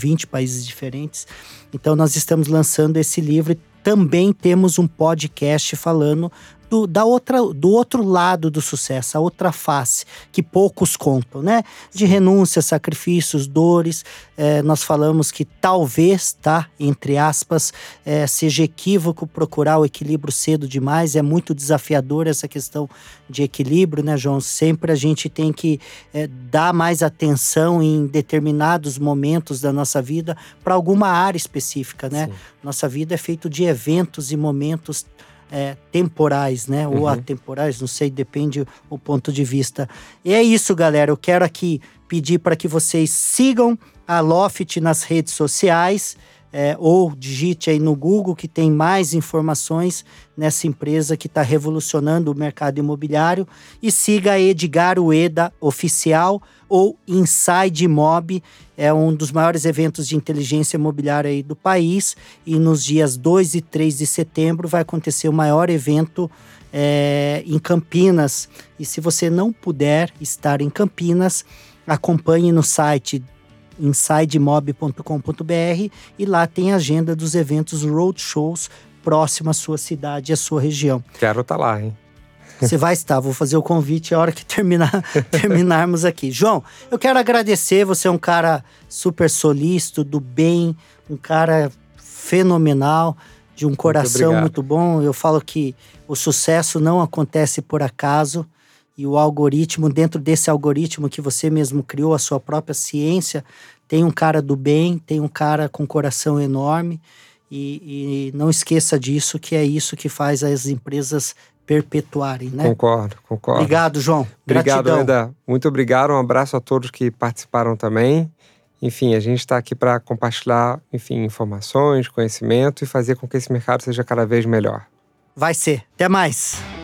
Então, nós estamos lançando esse livro. Também temos um podcast falando do outro lado do sucesso, a outra face, que poucos contam, né? De renúncia, sacrifícios, dores. Nós falamos que talvez, entre aspas, seja equívoco procurar o equilíbrio cedo demais. É muito desafiador essa questão de equilíbrio, né, João? Sempre a gente tem que dar mais atenção em determinados momentos da nossa vida para alguma área específica, né? Sim. Nossa vida é feita de eventos e momentos temporais, né? Ou atemporais, não sei, depende o ponto de vista. E é isso, galera. Eu quero aqui pedir para que vocês sigam a Loft nas redes sociais, ou digite aí no Google que tem mais informações nessa empresa que está revolucionando o mercado imobiliário. E siga a Edgar Ueda Oficial ou Inside Mob, é um dos maiores eventos de inteligência imobiliária aí do país, e nos dias 2 e 3 de setembro vai acontecer o maior evento em Campinas. E se você não puder estar em Campinas, acompanhe no site insidemob.com.br e lá tem a agenda dos eventos roadshows próximo à sua cidade e à sua região. Quero estar lá, hein? Você vai estar, vou fazer o convite a hora que terminarmos aqui. João, eu quero agradecer, você é um cara super solícito, do bem, um cara fenomenal, de um coração muito bom. Eu falo que O sucesso não acontece por acaso e o algoritmo, dentro desse algoritmo que você mesmo criou, a sua própria ciência, tem um cara do bem, tem um cara com coração enorme e não esqueça disso, que é isso que faz as empresas perpetuarem, né? Concordo. Obrigado, João. Obrigado, Gratidão. Eda. Muito obrigado. Um abraço a todos que participaram também. Enfim, a gente está aqui para compartilhar, informações, conhecimento e fazer com que esse mercado seja cada vez melhor. Vai ser. Até mais.